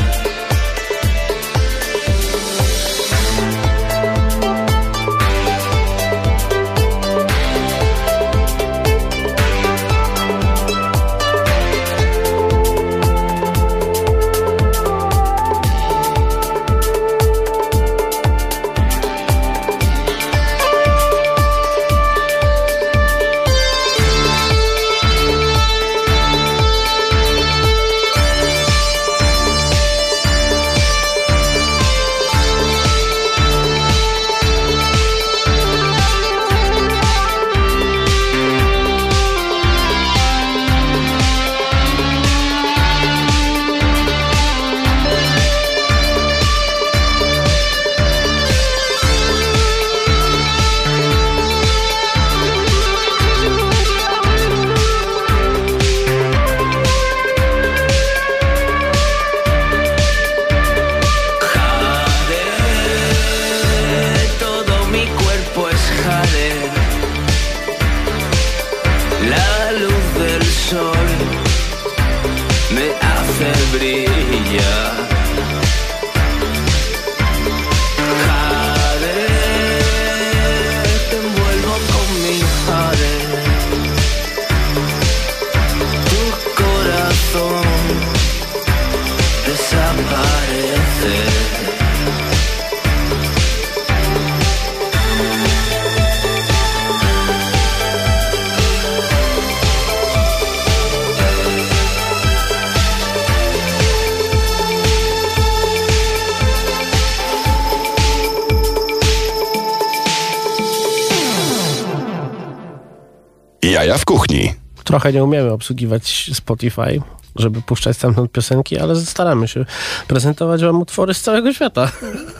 Jaja w kuchni. Trochę nie umiemy obsługiwać Spotify, żeby puszczać stamtąd piosenki, ale staramy się prezentować wam utwory z całego świata.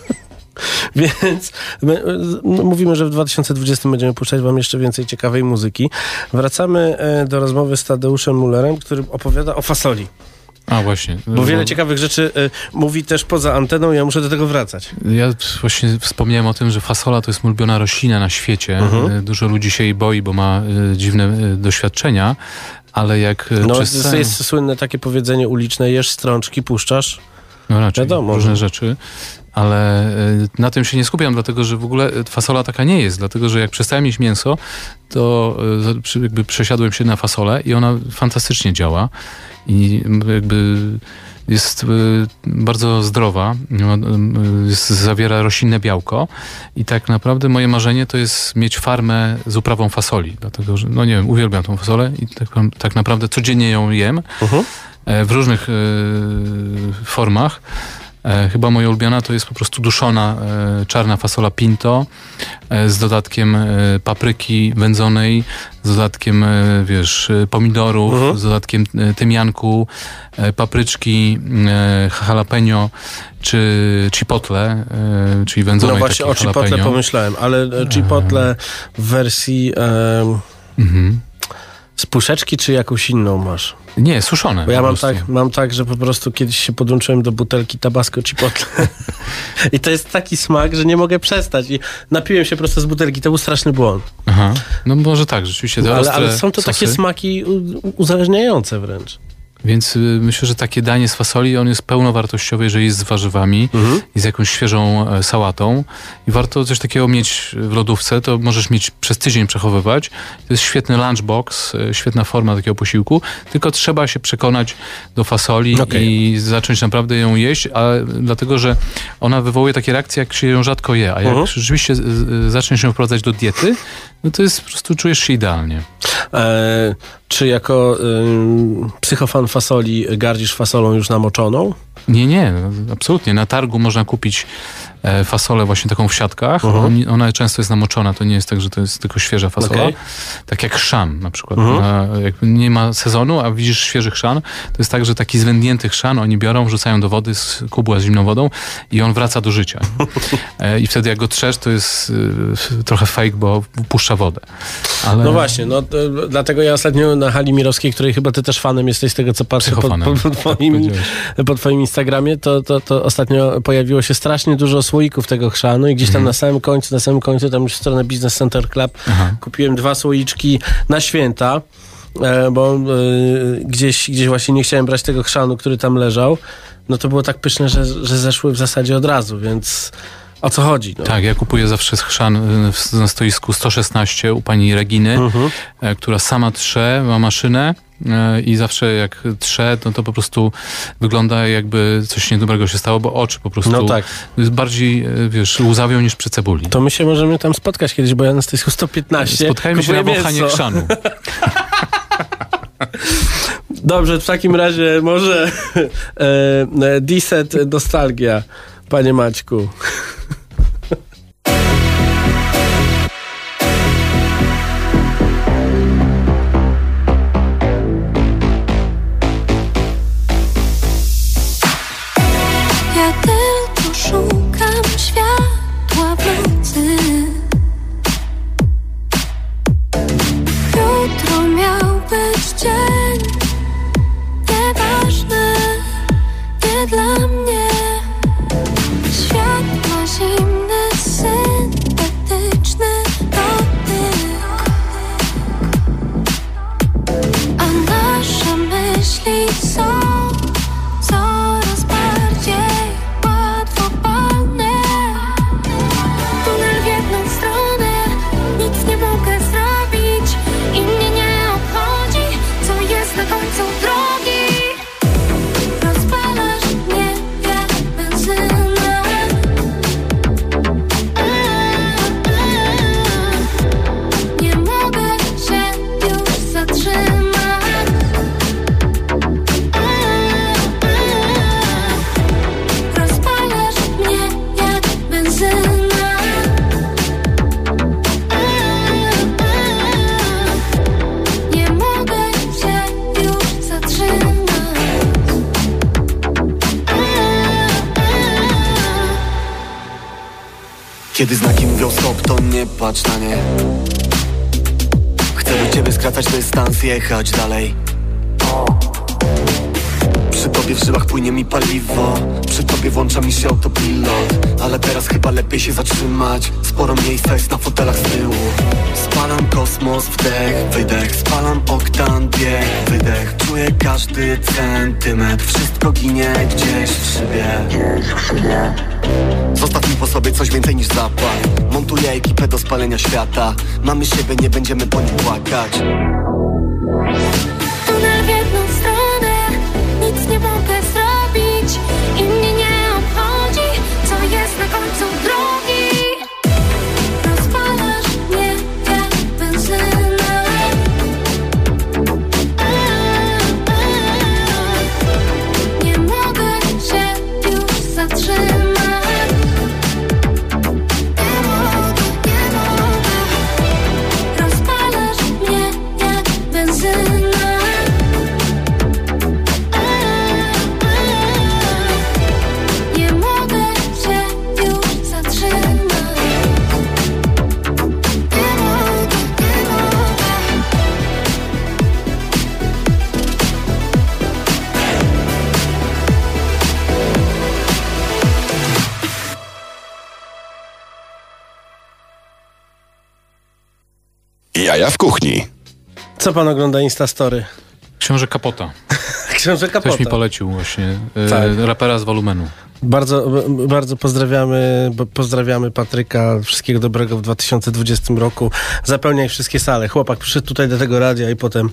Więc my, no, mówimy, że w dwa tysiące dwudziestym będziemy puszczać wam jeszcze więcej ciekawej muzyki. Wracamy do rozmowy z Tadeuszem Müllerem, który opowiada o fasoli. A właśnie. Bo wiele ciekawych rzeczy y, mówi też poza anteną, ja muszę do tego wracać. Ja właśnie wspomniałem o tym, że fasola to jest ulubiona roślina na świecie. Mhm. Dużo ludzi się jej boi, bo ma y, dziwne y, doświadczenia, ale jak No przez... to jest słynne takie powiedzenie uliczne, jesz strączki, puszczasz. No raczej, wiadomo, różne że... rzeczy. Ale y, na tym się nie skupiam, dlatego że w ogóle fasola taka nie jest. Dlatego, że jak przestałem jeść mięso, to y, jakby przesiadłem się na fasolę i ona fantastycznie działa. I jakby jest y, bardzo zdrowa, y, jest, zawiera roślinne białko i tak naprawdę moje marzenie to jest mieć farmę z uprawą fasoli, dlatego że, no nie wiem, uwielbiam tą fasolę i tak, tak naprawdę codziennie ją jem uh-huh. e, w różnych y, formach. E, chyba moja ulubiona to jest po prostu duszona e, czarna fasola pinto e, z dodatkiem e, papryki wędzonej, z dodatkiem, e, wiesz, pomidorów, uh-huh. z dodatkiem e, tymianku, e, papryczki, e, jalapeno czy chipotle, e, czyli wędzonej. No właśnie o chipotle pomyślałem, ale chipotle w wersji e, mhm. z puszeczki czy jakąś inną masz? Nie, suszone. Bo ja mam tak, mam tak, że po prostu kiedyś się podłączyłem do butelki Tabasco Chipotle i to jest taki smak, że nie mogę przestać i napiłem się prosto z butelki, to był straszny błąd. Aha, no może tak, rzeczywiście. Te ale, ale są to sosy. takie smaki uzależniające wręcz. Więc y, myślę, że takie danie z fasoli, on jest pełnowartościowy, jeżeli jest z warzywami mhm. i z jakąś świeżą e, sałatą. I warto coś takiego mieć w lodówce, to możesz mieć przez tydzień przechowywać. To jest świetny lunchbox, e, świetna forma takiego posiłku, tylko trzeba się przekonać do fasoli okay. i zacząć naprawdę ją jeść, a dlatego, że ona wywołuje takie reakcje, jak się ją rzadko je, a jak mhm. rzeczywiście z, zacznie się wprowadzać do diety, no to jest po prostu czujesz się idealnie. E, czy jako y, psychofan fasoli gardzisz fasolą już namoczoną? Nie, nie, absolutnie. Na targu można kupić e, fasolę właśnie taką w siatkach. Uh-huh. Ona często jest namoczona, to nie jest tak, że to jest tylko świeża fasola. Okay. Tak jak chrzan na przykład. Uh-huh. Na, jak nie ma sezonu, a widzisz świeży chrzan, to jest tak, że taki zwędnięty chrzan oni biorą, wrzucają do wody z kubła z zimną wodą i on wraca do życia. e, I wtedy jak go trzesz, to jest e, trochę fake, bo puszcza wodę. Ale... No właśnie, no to, dlatego ja ostatnio na hali mirowskiej, której chyba ty też fanem jesteś, z tego co patrzę po, po, po, twoim, po twoim Instagramie, to, to, to ostatnio pojawiło się strasznie dużo słoików tego chrzanu i gdzieś tam mhm. na samym końcu, na samym końcu, tam już w stronę Business Center Club Aha. kupiłem dwa słoiczki na święta, e, bo e, gdzieś, gdzieś właśnie nie chciałem brać tego chrzanu, który tam leżał. No to było tak pyszne, że, że zeszły w zasadzie od razu, więc... O co chodzi? No. Tak, ja kupuję zawsze chrzan na stoisku sto szesnaście u pani Reginy, uh-huh. która sama trze, ma maszynę i zawsze jak trze, no to po prostu wygląda jakby coś niedobrego się stało, bo oczy po prostu no tak. bardziej, wiesz, łzawią niż przy cebuli. To my się możemy tam spotkać kiedyś, bo ja na stoisku sto piętnaście spotkajmy się na wąchanie chrzanu. Dobrze, w takim razie może e, D-set nostalgia, panie Maćku. Ja tylko szukam światła w nocy. Jutro miał być dzień, nieważne, nie dla mnie. Świat ma zimny, syntetyczny dotyk, a nasze myśli są coraz bardziej łatwopalne. Tunel w jedną stronę, nic nie mogę zrobić i mnie nie obchodzi, co jest na końcu drogi. Rozpalasz mnie jak benzyna. Nie mogę się już zatrzymać. Rozpalasz mnie jak benzyna. Nie mogę się już zatrzymać. Kiedy znaki mówią stop, to nie patrz na nie. Chcę do ciebie skracać dystans, jechać dalej. Przy tobie w żyłach płynie mi paliwo, przy tobie włącza mi się autopilot. Ale teraz chyba lepiej się zatrzymać, sporo miejsca jest na fotelach z tyłu. Spalam kosmos, wdech, wydech, spalam oktan, bieg, wydech. Czuję każdy centymetr, wszystko ginie gdzieś w szybie. Zostaw mi po sobie coś więcej niż zapach. Montuję ekipę do spalenia świata. Mamy siebie, nie będziemy po nim płakać. Tunel w jedną stronę, nic nie mogę zrobić i mnie nie obchodzi, co jest na końcu drogi. Rozpalasz mnie jak benzyna. A, a, nie mogę się już zatrzymać. Jaja w kuchni. Co pan ogląda Instastory? Książę Kapota. Książę Kapota. Ktoś mi polecił właśnie. Tak. E, rapera z Wolumenu. Bardzo, bardzo pozdrawiamy, pozdrawiamy Patryka. Wszystkiego dobrego w dwa tysiące dwudziestym roku. Zapełniaj wszystkie sale. Chłopak przyszedł tutaj do tego radia i potem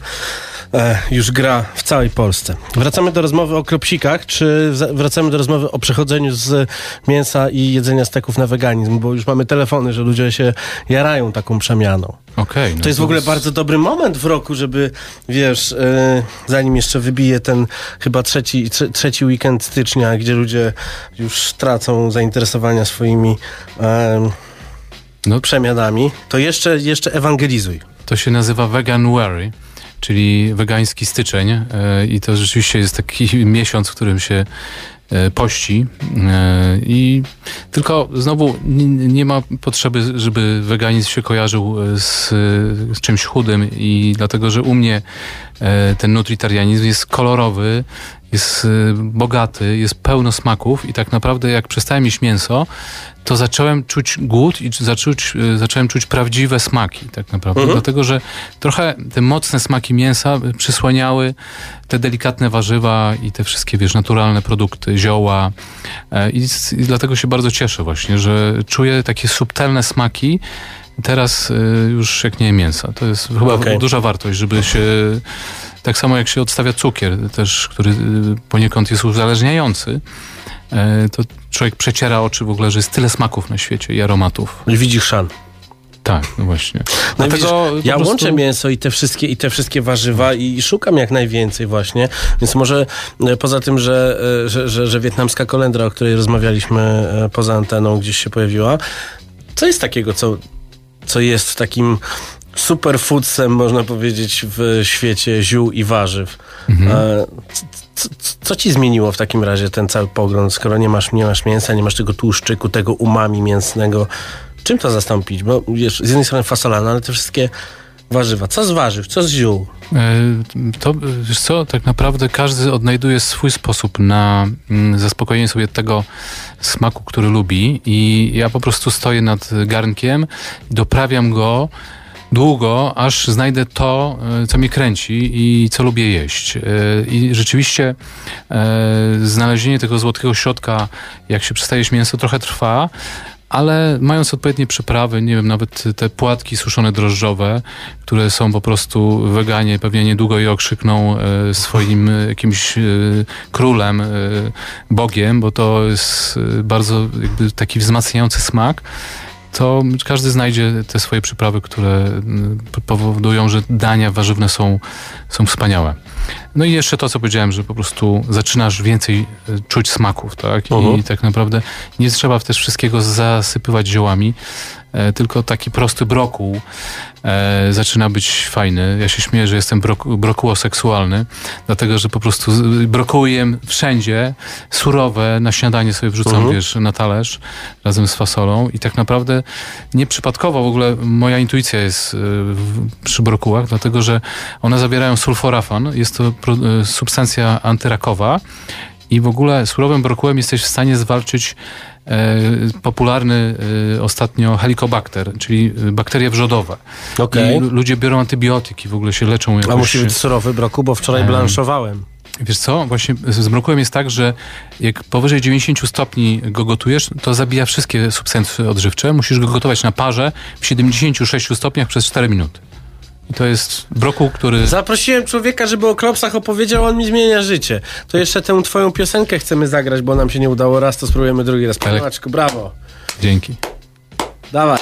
e, już gra w całej Polsce. Wracamy do rozmowy o kropsikach, czy wracamy do rozmowy o przechodzeniu z mięsa i jedzenia steków na weganizm, bo już mamy telefony, że ludzie się jarają taką przemianą. Okay, no to jest w ogóle z... bardzo dobry moment w roku, żeby, wiesz, e, zanim jeszcze wybije ten chyba trzeci, trze, trzeci weekend stycznia, gdzie ludzie już tracą zainteresowania swoimi e, no, przemianami, to jeszcze, jeszcze ewangelizuj. To się nazywa Veganuary, czyli wegański styczeń e, i to rzeczywiście jest taki miesiąc, w którym się e, pości e, i tylko znowu nie, nie ma potrzeby, żeby weganizm się kojarzył z, z czymś chudym i dlatego, że u mnie e, ten nutritarianizm jest kolorowy, jest bogaty, jest pełno smaków i tak naprawdę jak przestałem jeść mięso, to zacząłem czuć głód i zacząć, zacząłem czuć prawdziwe smaki tak naprawdę, mhm. dlatego, że trochę te mocne smaki mięsa przysłaniały te delikatne warzywa i te wszystkie, wiesz, naturalne produkty, zioła i, i dlatego się bardzo cieszę właśnie, że czuję takie subtelne smaki teraz już jak nie jem mięsa. To jest chyba okay. duża wartość, żeby się... Tak samo jak się odstawia cukier, też, który poniekąd jest uzależniający, to człowiek przeciera oczy w ogóle, że jest tyle smaków na świecie i aromatów. I widzi chrzan. Tak, no właśnie. No Dlatego widzisz, ja prostu... łączę mięso i te wszystkie, i te wszystkie warzywa i szukam jak najwięcej właśnie, więc może poza tym, że, że, że, że wietnamska kolendra, o której rozmawialiśmy poza anteną, gdzieś się pojawiła, co jest takiego, co, co jest takim superfoodsem, można powiedzieć, w świecie ziół i warzyw. Mhm. Co, co, co ci zmieniło w takim razie ten cały pogląd, skoro nie masz, nie masz mięsa, nie masz tego tłuszczyku, tego umami mięsnego? Czym to zastąpić? Bo wiesz, z jednej strony fasola, no ale te wszystkie warzywa. Co z warzyw? Co z ziół? To, wiesz co, tak naprawdę każdy odnajduje swój sposób na zaspokojenie sobie tego smaku, który lubi i ja po prostu stoję nad garnkiem, doprawiam go długo, aż znajdę to, co mnie kręci i co lubię jeść. I rzeczywiście znalezienie tego złotego środka, jak się przestaje jeść mięso, trochę trwa, ale mając odpowiednie przyprawy, nie wiem, nawet te płatki suszone drożdżowe, które są po prostu weganie, pewnie niedługo je okrzykną e, swoim jakimś e, królem, e, Bogiem, bo to jest bardzo jakby taki wzmacniający smak, to każdy znajdzie te swoje przyprawy, które powodują, że dania warzywne są, są wspaniałe. No i jeszcze to, co powiedziałem, że po prostu zaczynasz więcej czuć smaków, tak? Uh-huh. I tak naprawdę nie trzeba też wszystkiego zasypywać ziołami, e, tylko taki prosty brokuł e, zaczyna być fajny. Ja się śmieję, że jestem broku, brokułoseksualny, dlatego, że po prostu brokuły jem wszędzie, surowe, na śniadanie sobie wrzucam, uh-huh. wiesz, na talerz razem z fasolą i tak naprawdę nieprzypadkowo w ogóle moja intuicja jest e, w, przy brokułach, dlatego, że one zawierają sulforafan. Jest to pro, substancja antyrakowa i w ogóle surowym brokułem jesteś w stanie zwalczyć e, popularny e, ostatnio helikobakter, czyli bakterie wrzodowe. Okay. I ludzie biorą antybiotyki, w ogóle się leczą jakoś... A musi być surowy brokuł, bo wczoraj e, blanszowałem. Wiesz co, właśnie z brokułem jest tak, że jak powyżej dziewięćdziesiąt stopni go gotujesz, to zabija wszystkie substancje odżywcze. Musisz go gotować na parze w siedemdziesięciu sześciu stopniach przez cztery minuty. I to jest brokuł, który... Zaprosiłem człowieka, żeby o klopsach opowiedział, on mi zmienia życie. To jeszcze tę twoją piosenkę chcemy zagrać, bo nam się nie udało raz, to spróbujemy drugi raz. Panie Maczku, brawo. Dzięki. Dawaj.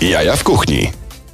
Jaja w kuchni.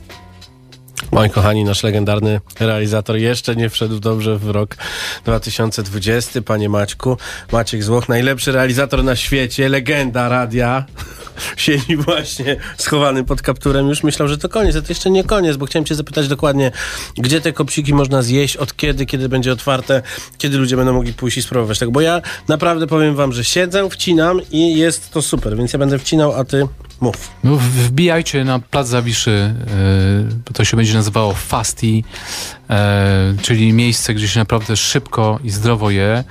Moi kochani, nasz legendarny realizator jeszcze nie wszedł dobrze w rok dwa tysiące dwudziesty. Panie Maćku, Maciek Złoch, najlepszy realizator na świecie, legenda radia, siedzi właśnie schowany pod kapturem. Już myślał, że to koniec, a to jeszcze nie koniec, bo chciałem cię zapytać dokładnie, gdzie te kopsiki można zjeść, od kiedy, kiedy będzie otwarte, kiedy ludzie będą mogli pójść i spróbować tego. Bo ja naprawdę powiem wam, że siedzę, wcinam i jest to super, więc ja będę wcinał, a ty mów. No, wbijajcie na Plac Zawiszy, yy, to się będzie nazywało Fasti, yy, czyli miejsce, gdzie się naprawdę szybko i zdrowo je.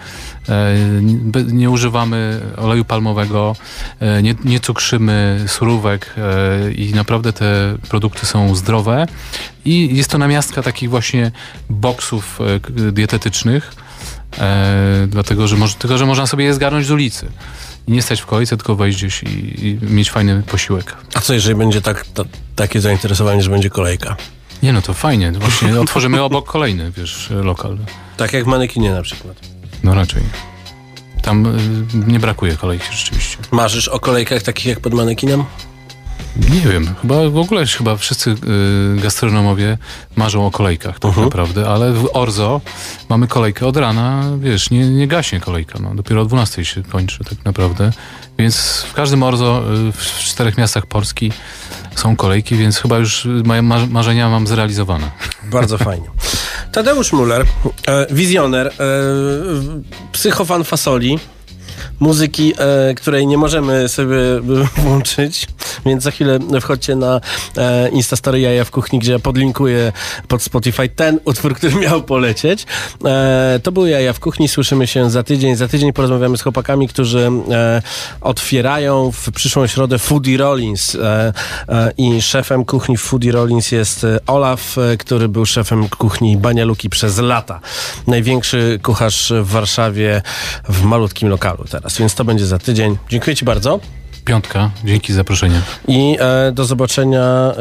Yy, nie używamy oleju palmowego, yy, nie, nie cukrzymy surówek yy, i naprawdę te produkty są zdrowe. I jest to namiastka takich właśnie boksów yy, dietetycznych, yy, dlatego, że może, tylko, że można sobie je zgarnąć z ulicy. I nie stać w kolejce, tylko wejść gdzieś i, i mieć fajny posiłek. A co, jeżeli będzie tak, to, takie zainteresowanie, że będzie kolejka? Nie, no to fajnie. Właśnie otworzymy obok kolejny, wiesz, lokal. Tak jak w Manekinie na przykład. No raczej. Tam y, nie brakuje kolejki rzeczywiście. Marzysz o kolejkach takich jak pod Manekinem? Nie wiem, chyba w ogóle chyba wszyscy y, gastronomowie marzą o kolejkach tak uh-huh. naprawdę, ale w Orzo mamy kolejkę od rana, wiesz, nie, nie gaśnie kolejka, no, dopiero o dwunastej się kończy tak naprawdę, więc w każdym Orzo y, w czterech miastach Polski są kolejki, więc chyba już moje marzenia mam zrealizowane. Bardzo fajnie. Tadeusz Muller, e, wizjoner, e, psychofan fasoli, muzyki, e, której nie możemy sobie włączyć, więc za chwilę wchodźcie na e, Instastory Jaja w kuchni, gdzie ja podlinkuję pod Spotify ten utwór, który miał polecieć. E, to były Jaja w kuchni, słyszymy się za tydzień. Za tydzień porozmawiamy z chłopakami, którzy e, otwierają w przyszłą środę Foodie Rollins e, e, i szefem kuchni Foodie Rollins jest Olaf, e, który był szefem kuchni Banialuki przez lata. Największy kucharz w Warszawie w malutkim lokalu teraz, więc to będzie za tydzień. Dziękuję ci bardzo. Piątka, dzięki za zaproszenie. I e, do zobaczenia e,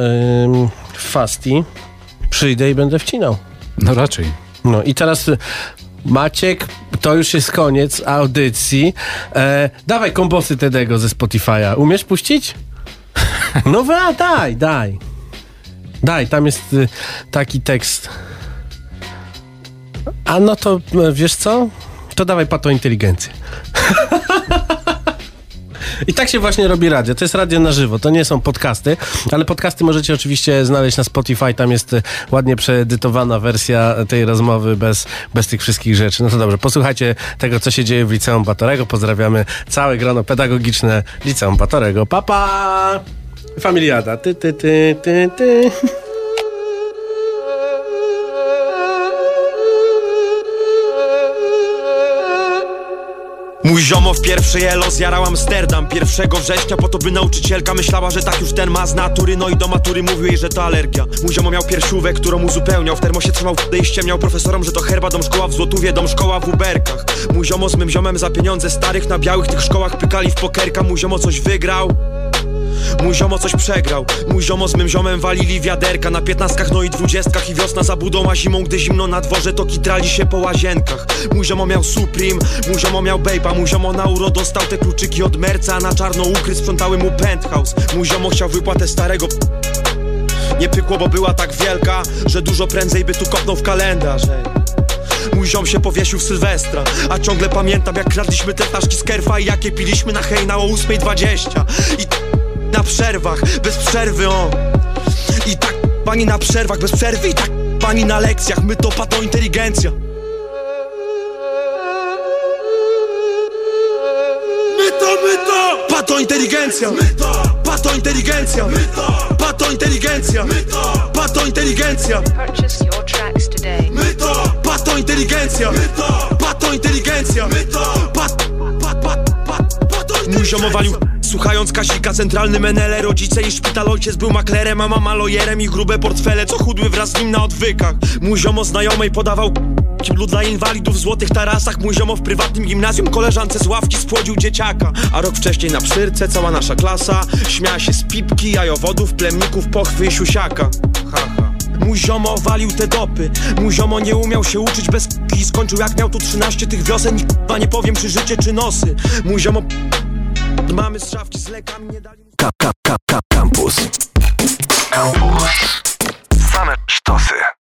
w Fasti. Przyjdę i będę wcinał. No raczej. No i teraz Maciek, to już jest koniec audycji. E, dawaj kombosy Tedego ze Spotify'a. Umiesz puścić? No a, daj, daj. Daj, tam jest y, taki tekst. A no to wiesz co? To dawaj Pato Inteligencję. I tak się właśnie robi radio. To jest radio na żywo, to nie są podcasty, ale podcasty możecie oczywiście znaleźć na Spotify. Tam jest ładnie przeedytowana wersja tej rozmowy bez, bez tych wszystkich rzeczy. No to dobrze, posłuchajcie tego, co się dzieje w Liceum Batorego. Pozdrawiamy całe grono pedagogiczne Liceum Batorego. Pa, pa! Familiada. Ty, ty, ty, ty, ty. Mój ziomo w pierwszej elo zjarał Amsterdam pierwszego września po to, by nauczycielka myślała, że tak już ten ma z natury. No i do matury mówił jej, że to alergia. Mój ziomo miał piersiówę, którą uzupełniał. W termosie trzymał wody i ściemniał profesorom, że to herba. Dom szkoła w Złotówie, dom szkoła w Uberkach. Mój ziomo z mym ziomem za pieniądze starych na białych tych szkołach pykali w pokerka. Mój ziomo coś wygrał, mój ziomo coś przegrał. Mój ziomo z mym ziomem walili wiaderka na piętnastkach, no i dwudziestkach. I wiosna za budą, a zimą, gdy zimno na dworze, to kitrali się po łazienkach. Mój ziomo miał Supreme, mój ziomo miał Bape'a. Mój ziomo na uro dostał te kluczyki od Merca, a na czarno ukry sprzątały mu penthouse. Mój ziomo chciał wypłatę starego. Nie pykło, bo była tak wielka, że dużo prędzej by tu kopnął w kalendarz. Mój ziom się powiesił w Sylwestra, a ciągle pamiętam, jak kradliśmy te ptaszki z Kerfa i jakie piliśmy na hejna o ósmej dwadzieścia. I na przerwach, bez przerwy, o. I tak pani na przerwach, bez przerwy. I tak pani na lekcjach. My to Pato Inteligencja. My to, my to Pato Inteligencja. My to Pato Inteligencja. My to Pato Inteligencja. My to Pato Inteligencja. Purchase your tracks today. My to Pato Inteligencja. My to Pato Inteligencja. My to Pat, pat, pat, pat, Pato Inteligencja. Mój ziomo walił słuchając Kasika, centralny menele. Rodzice i szpital, ojciec był maklerem, a mama lojerem. I grube portfele, co chudły wraz z nim na odwykach. Mój ziomo znajomej podawał kiblu dla inwalidów w złotych tarasach. Mój ziomo w prywatnym gimnazjum koleżance z ławki spłodził dzieciaka. A rok wcześniej na Przyrce cała nasza klasa śmiała się z pipki, jajowodów, plemników, pochwy i siusiaka. Ha, ha. Mój ziomo walił te dopy. Mój ziomo nie umiał się uczyć bez k***i i skończył jak miał tu trzynaście tych wiosen. I k***a nie powiem, czy życie, czy nosy. Mój ziomo mamy z szafki z lekami nie dali... Campus. Campus. Same sztosy.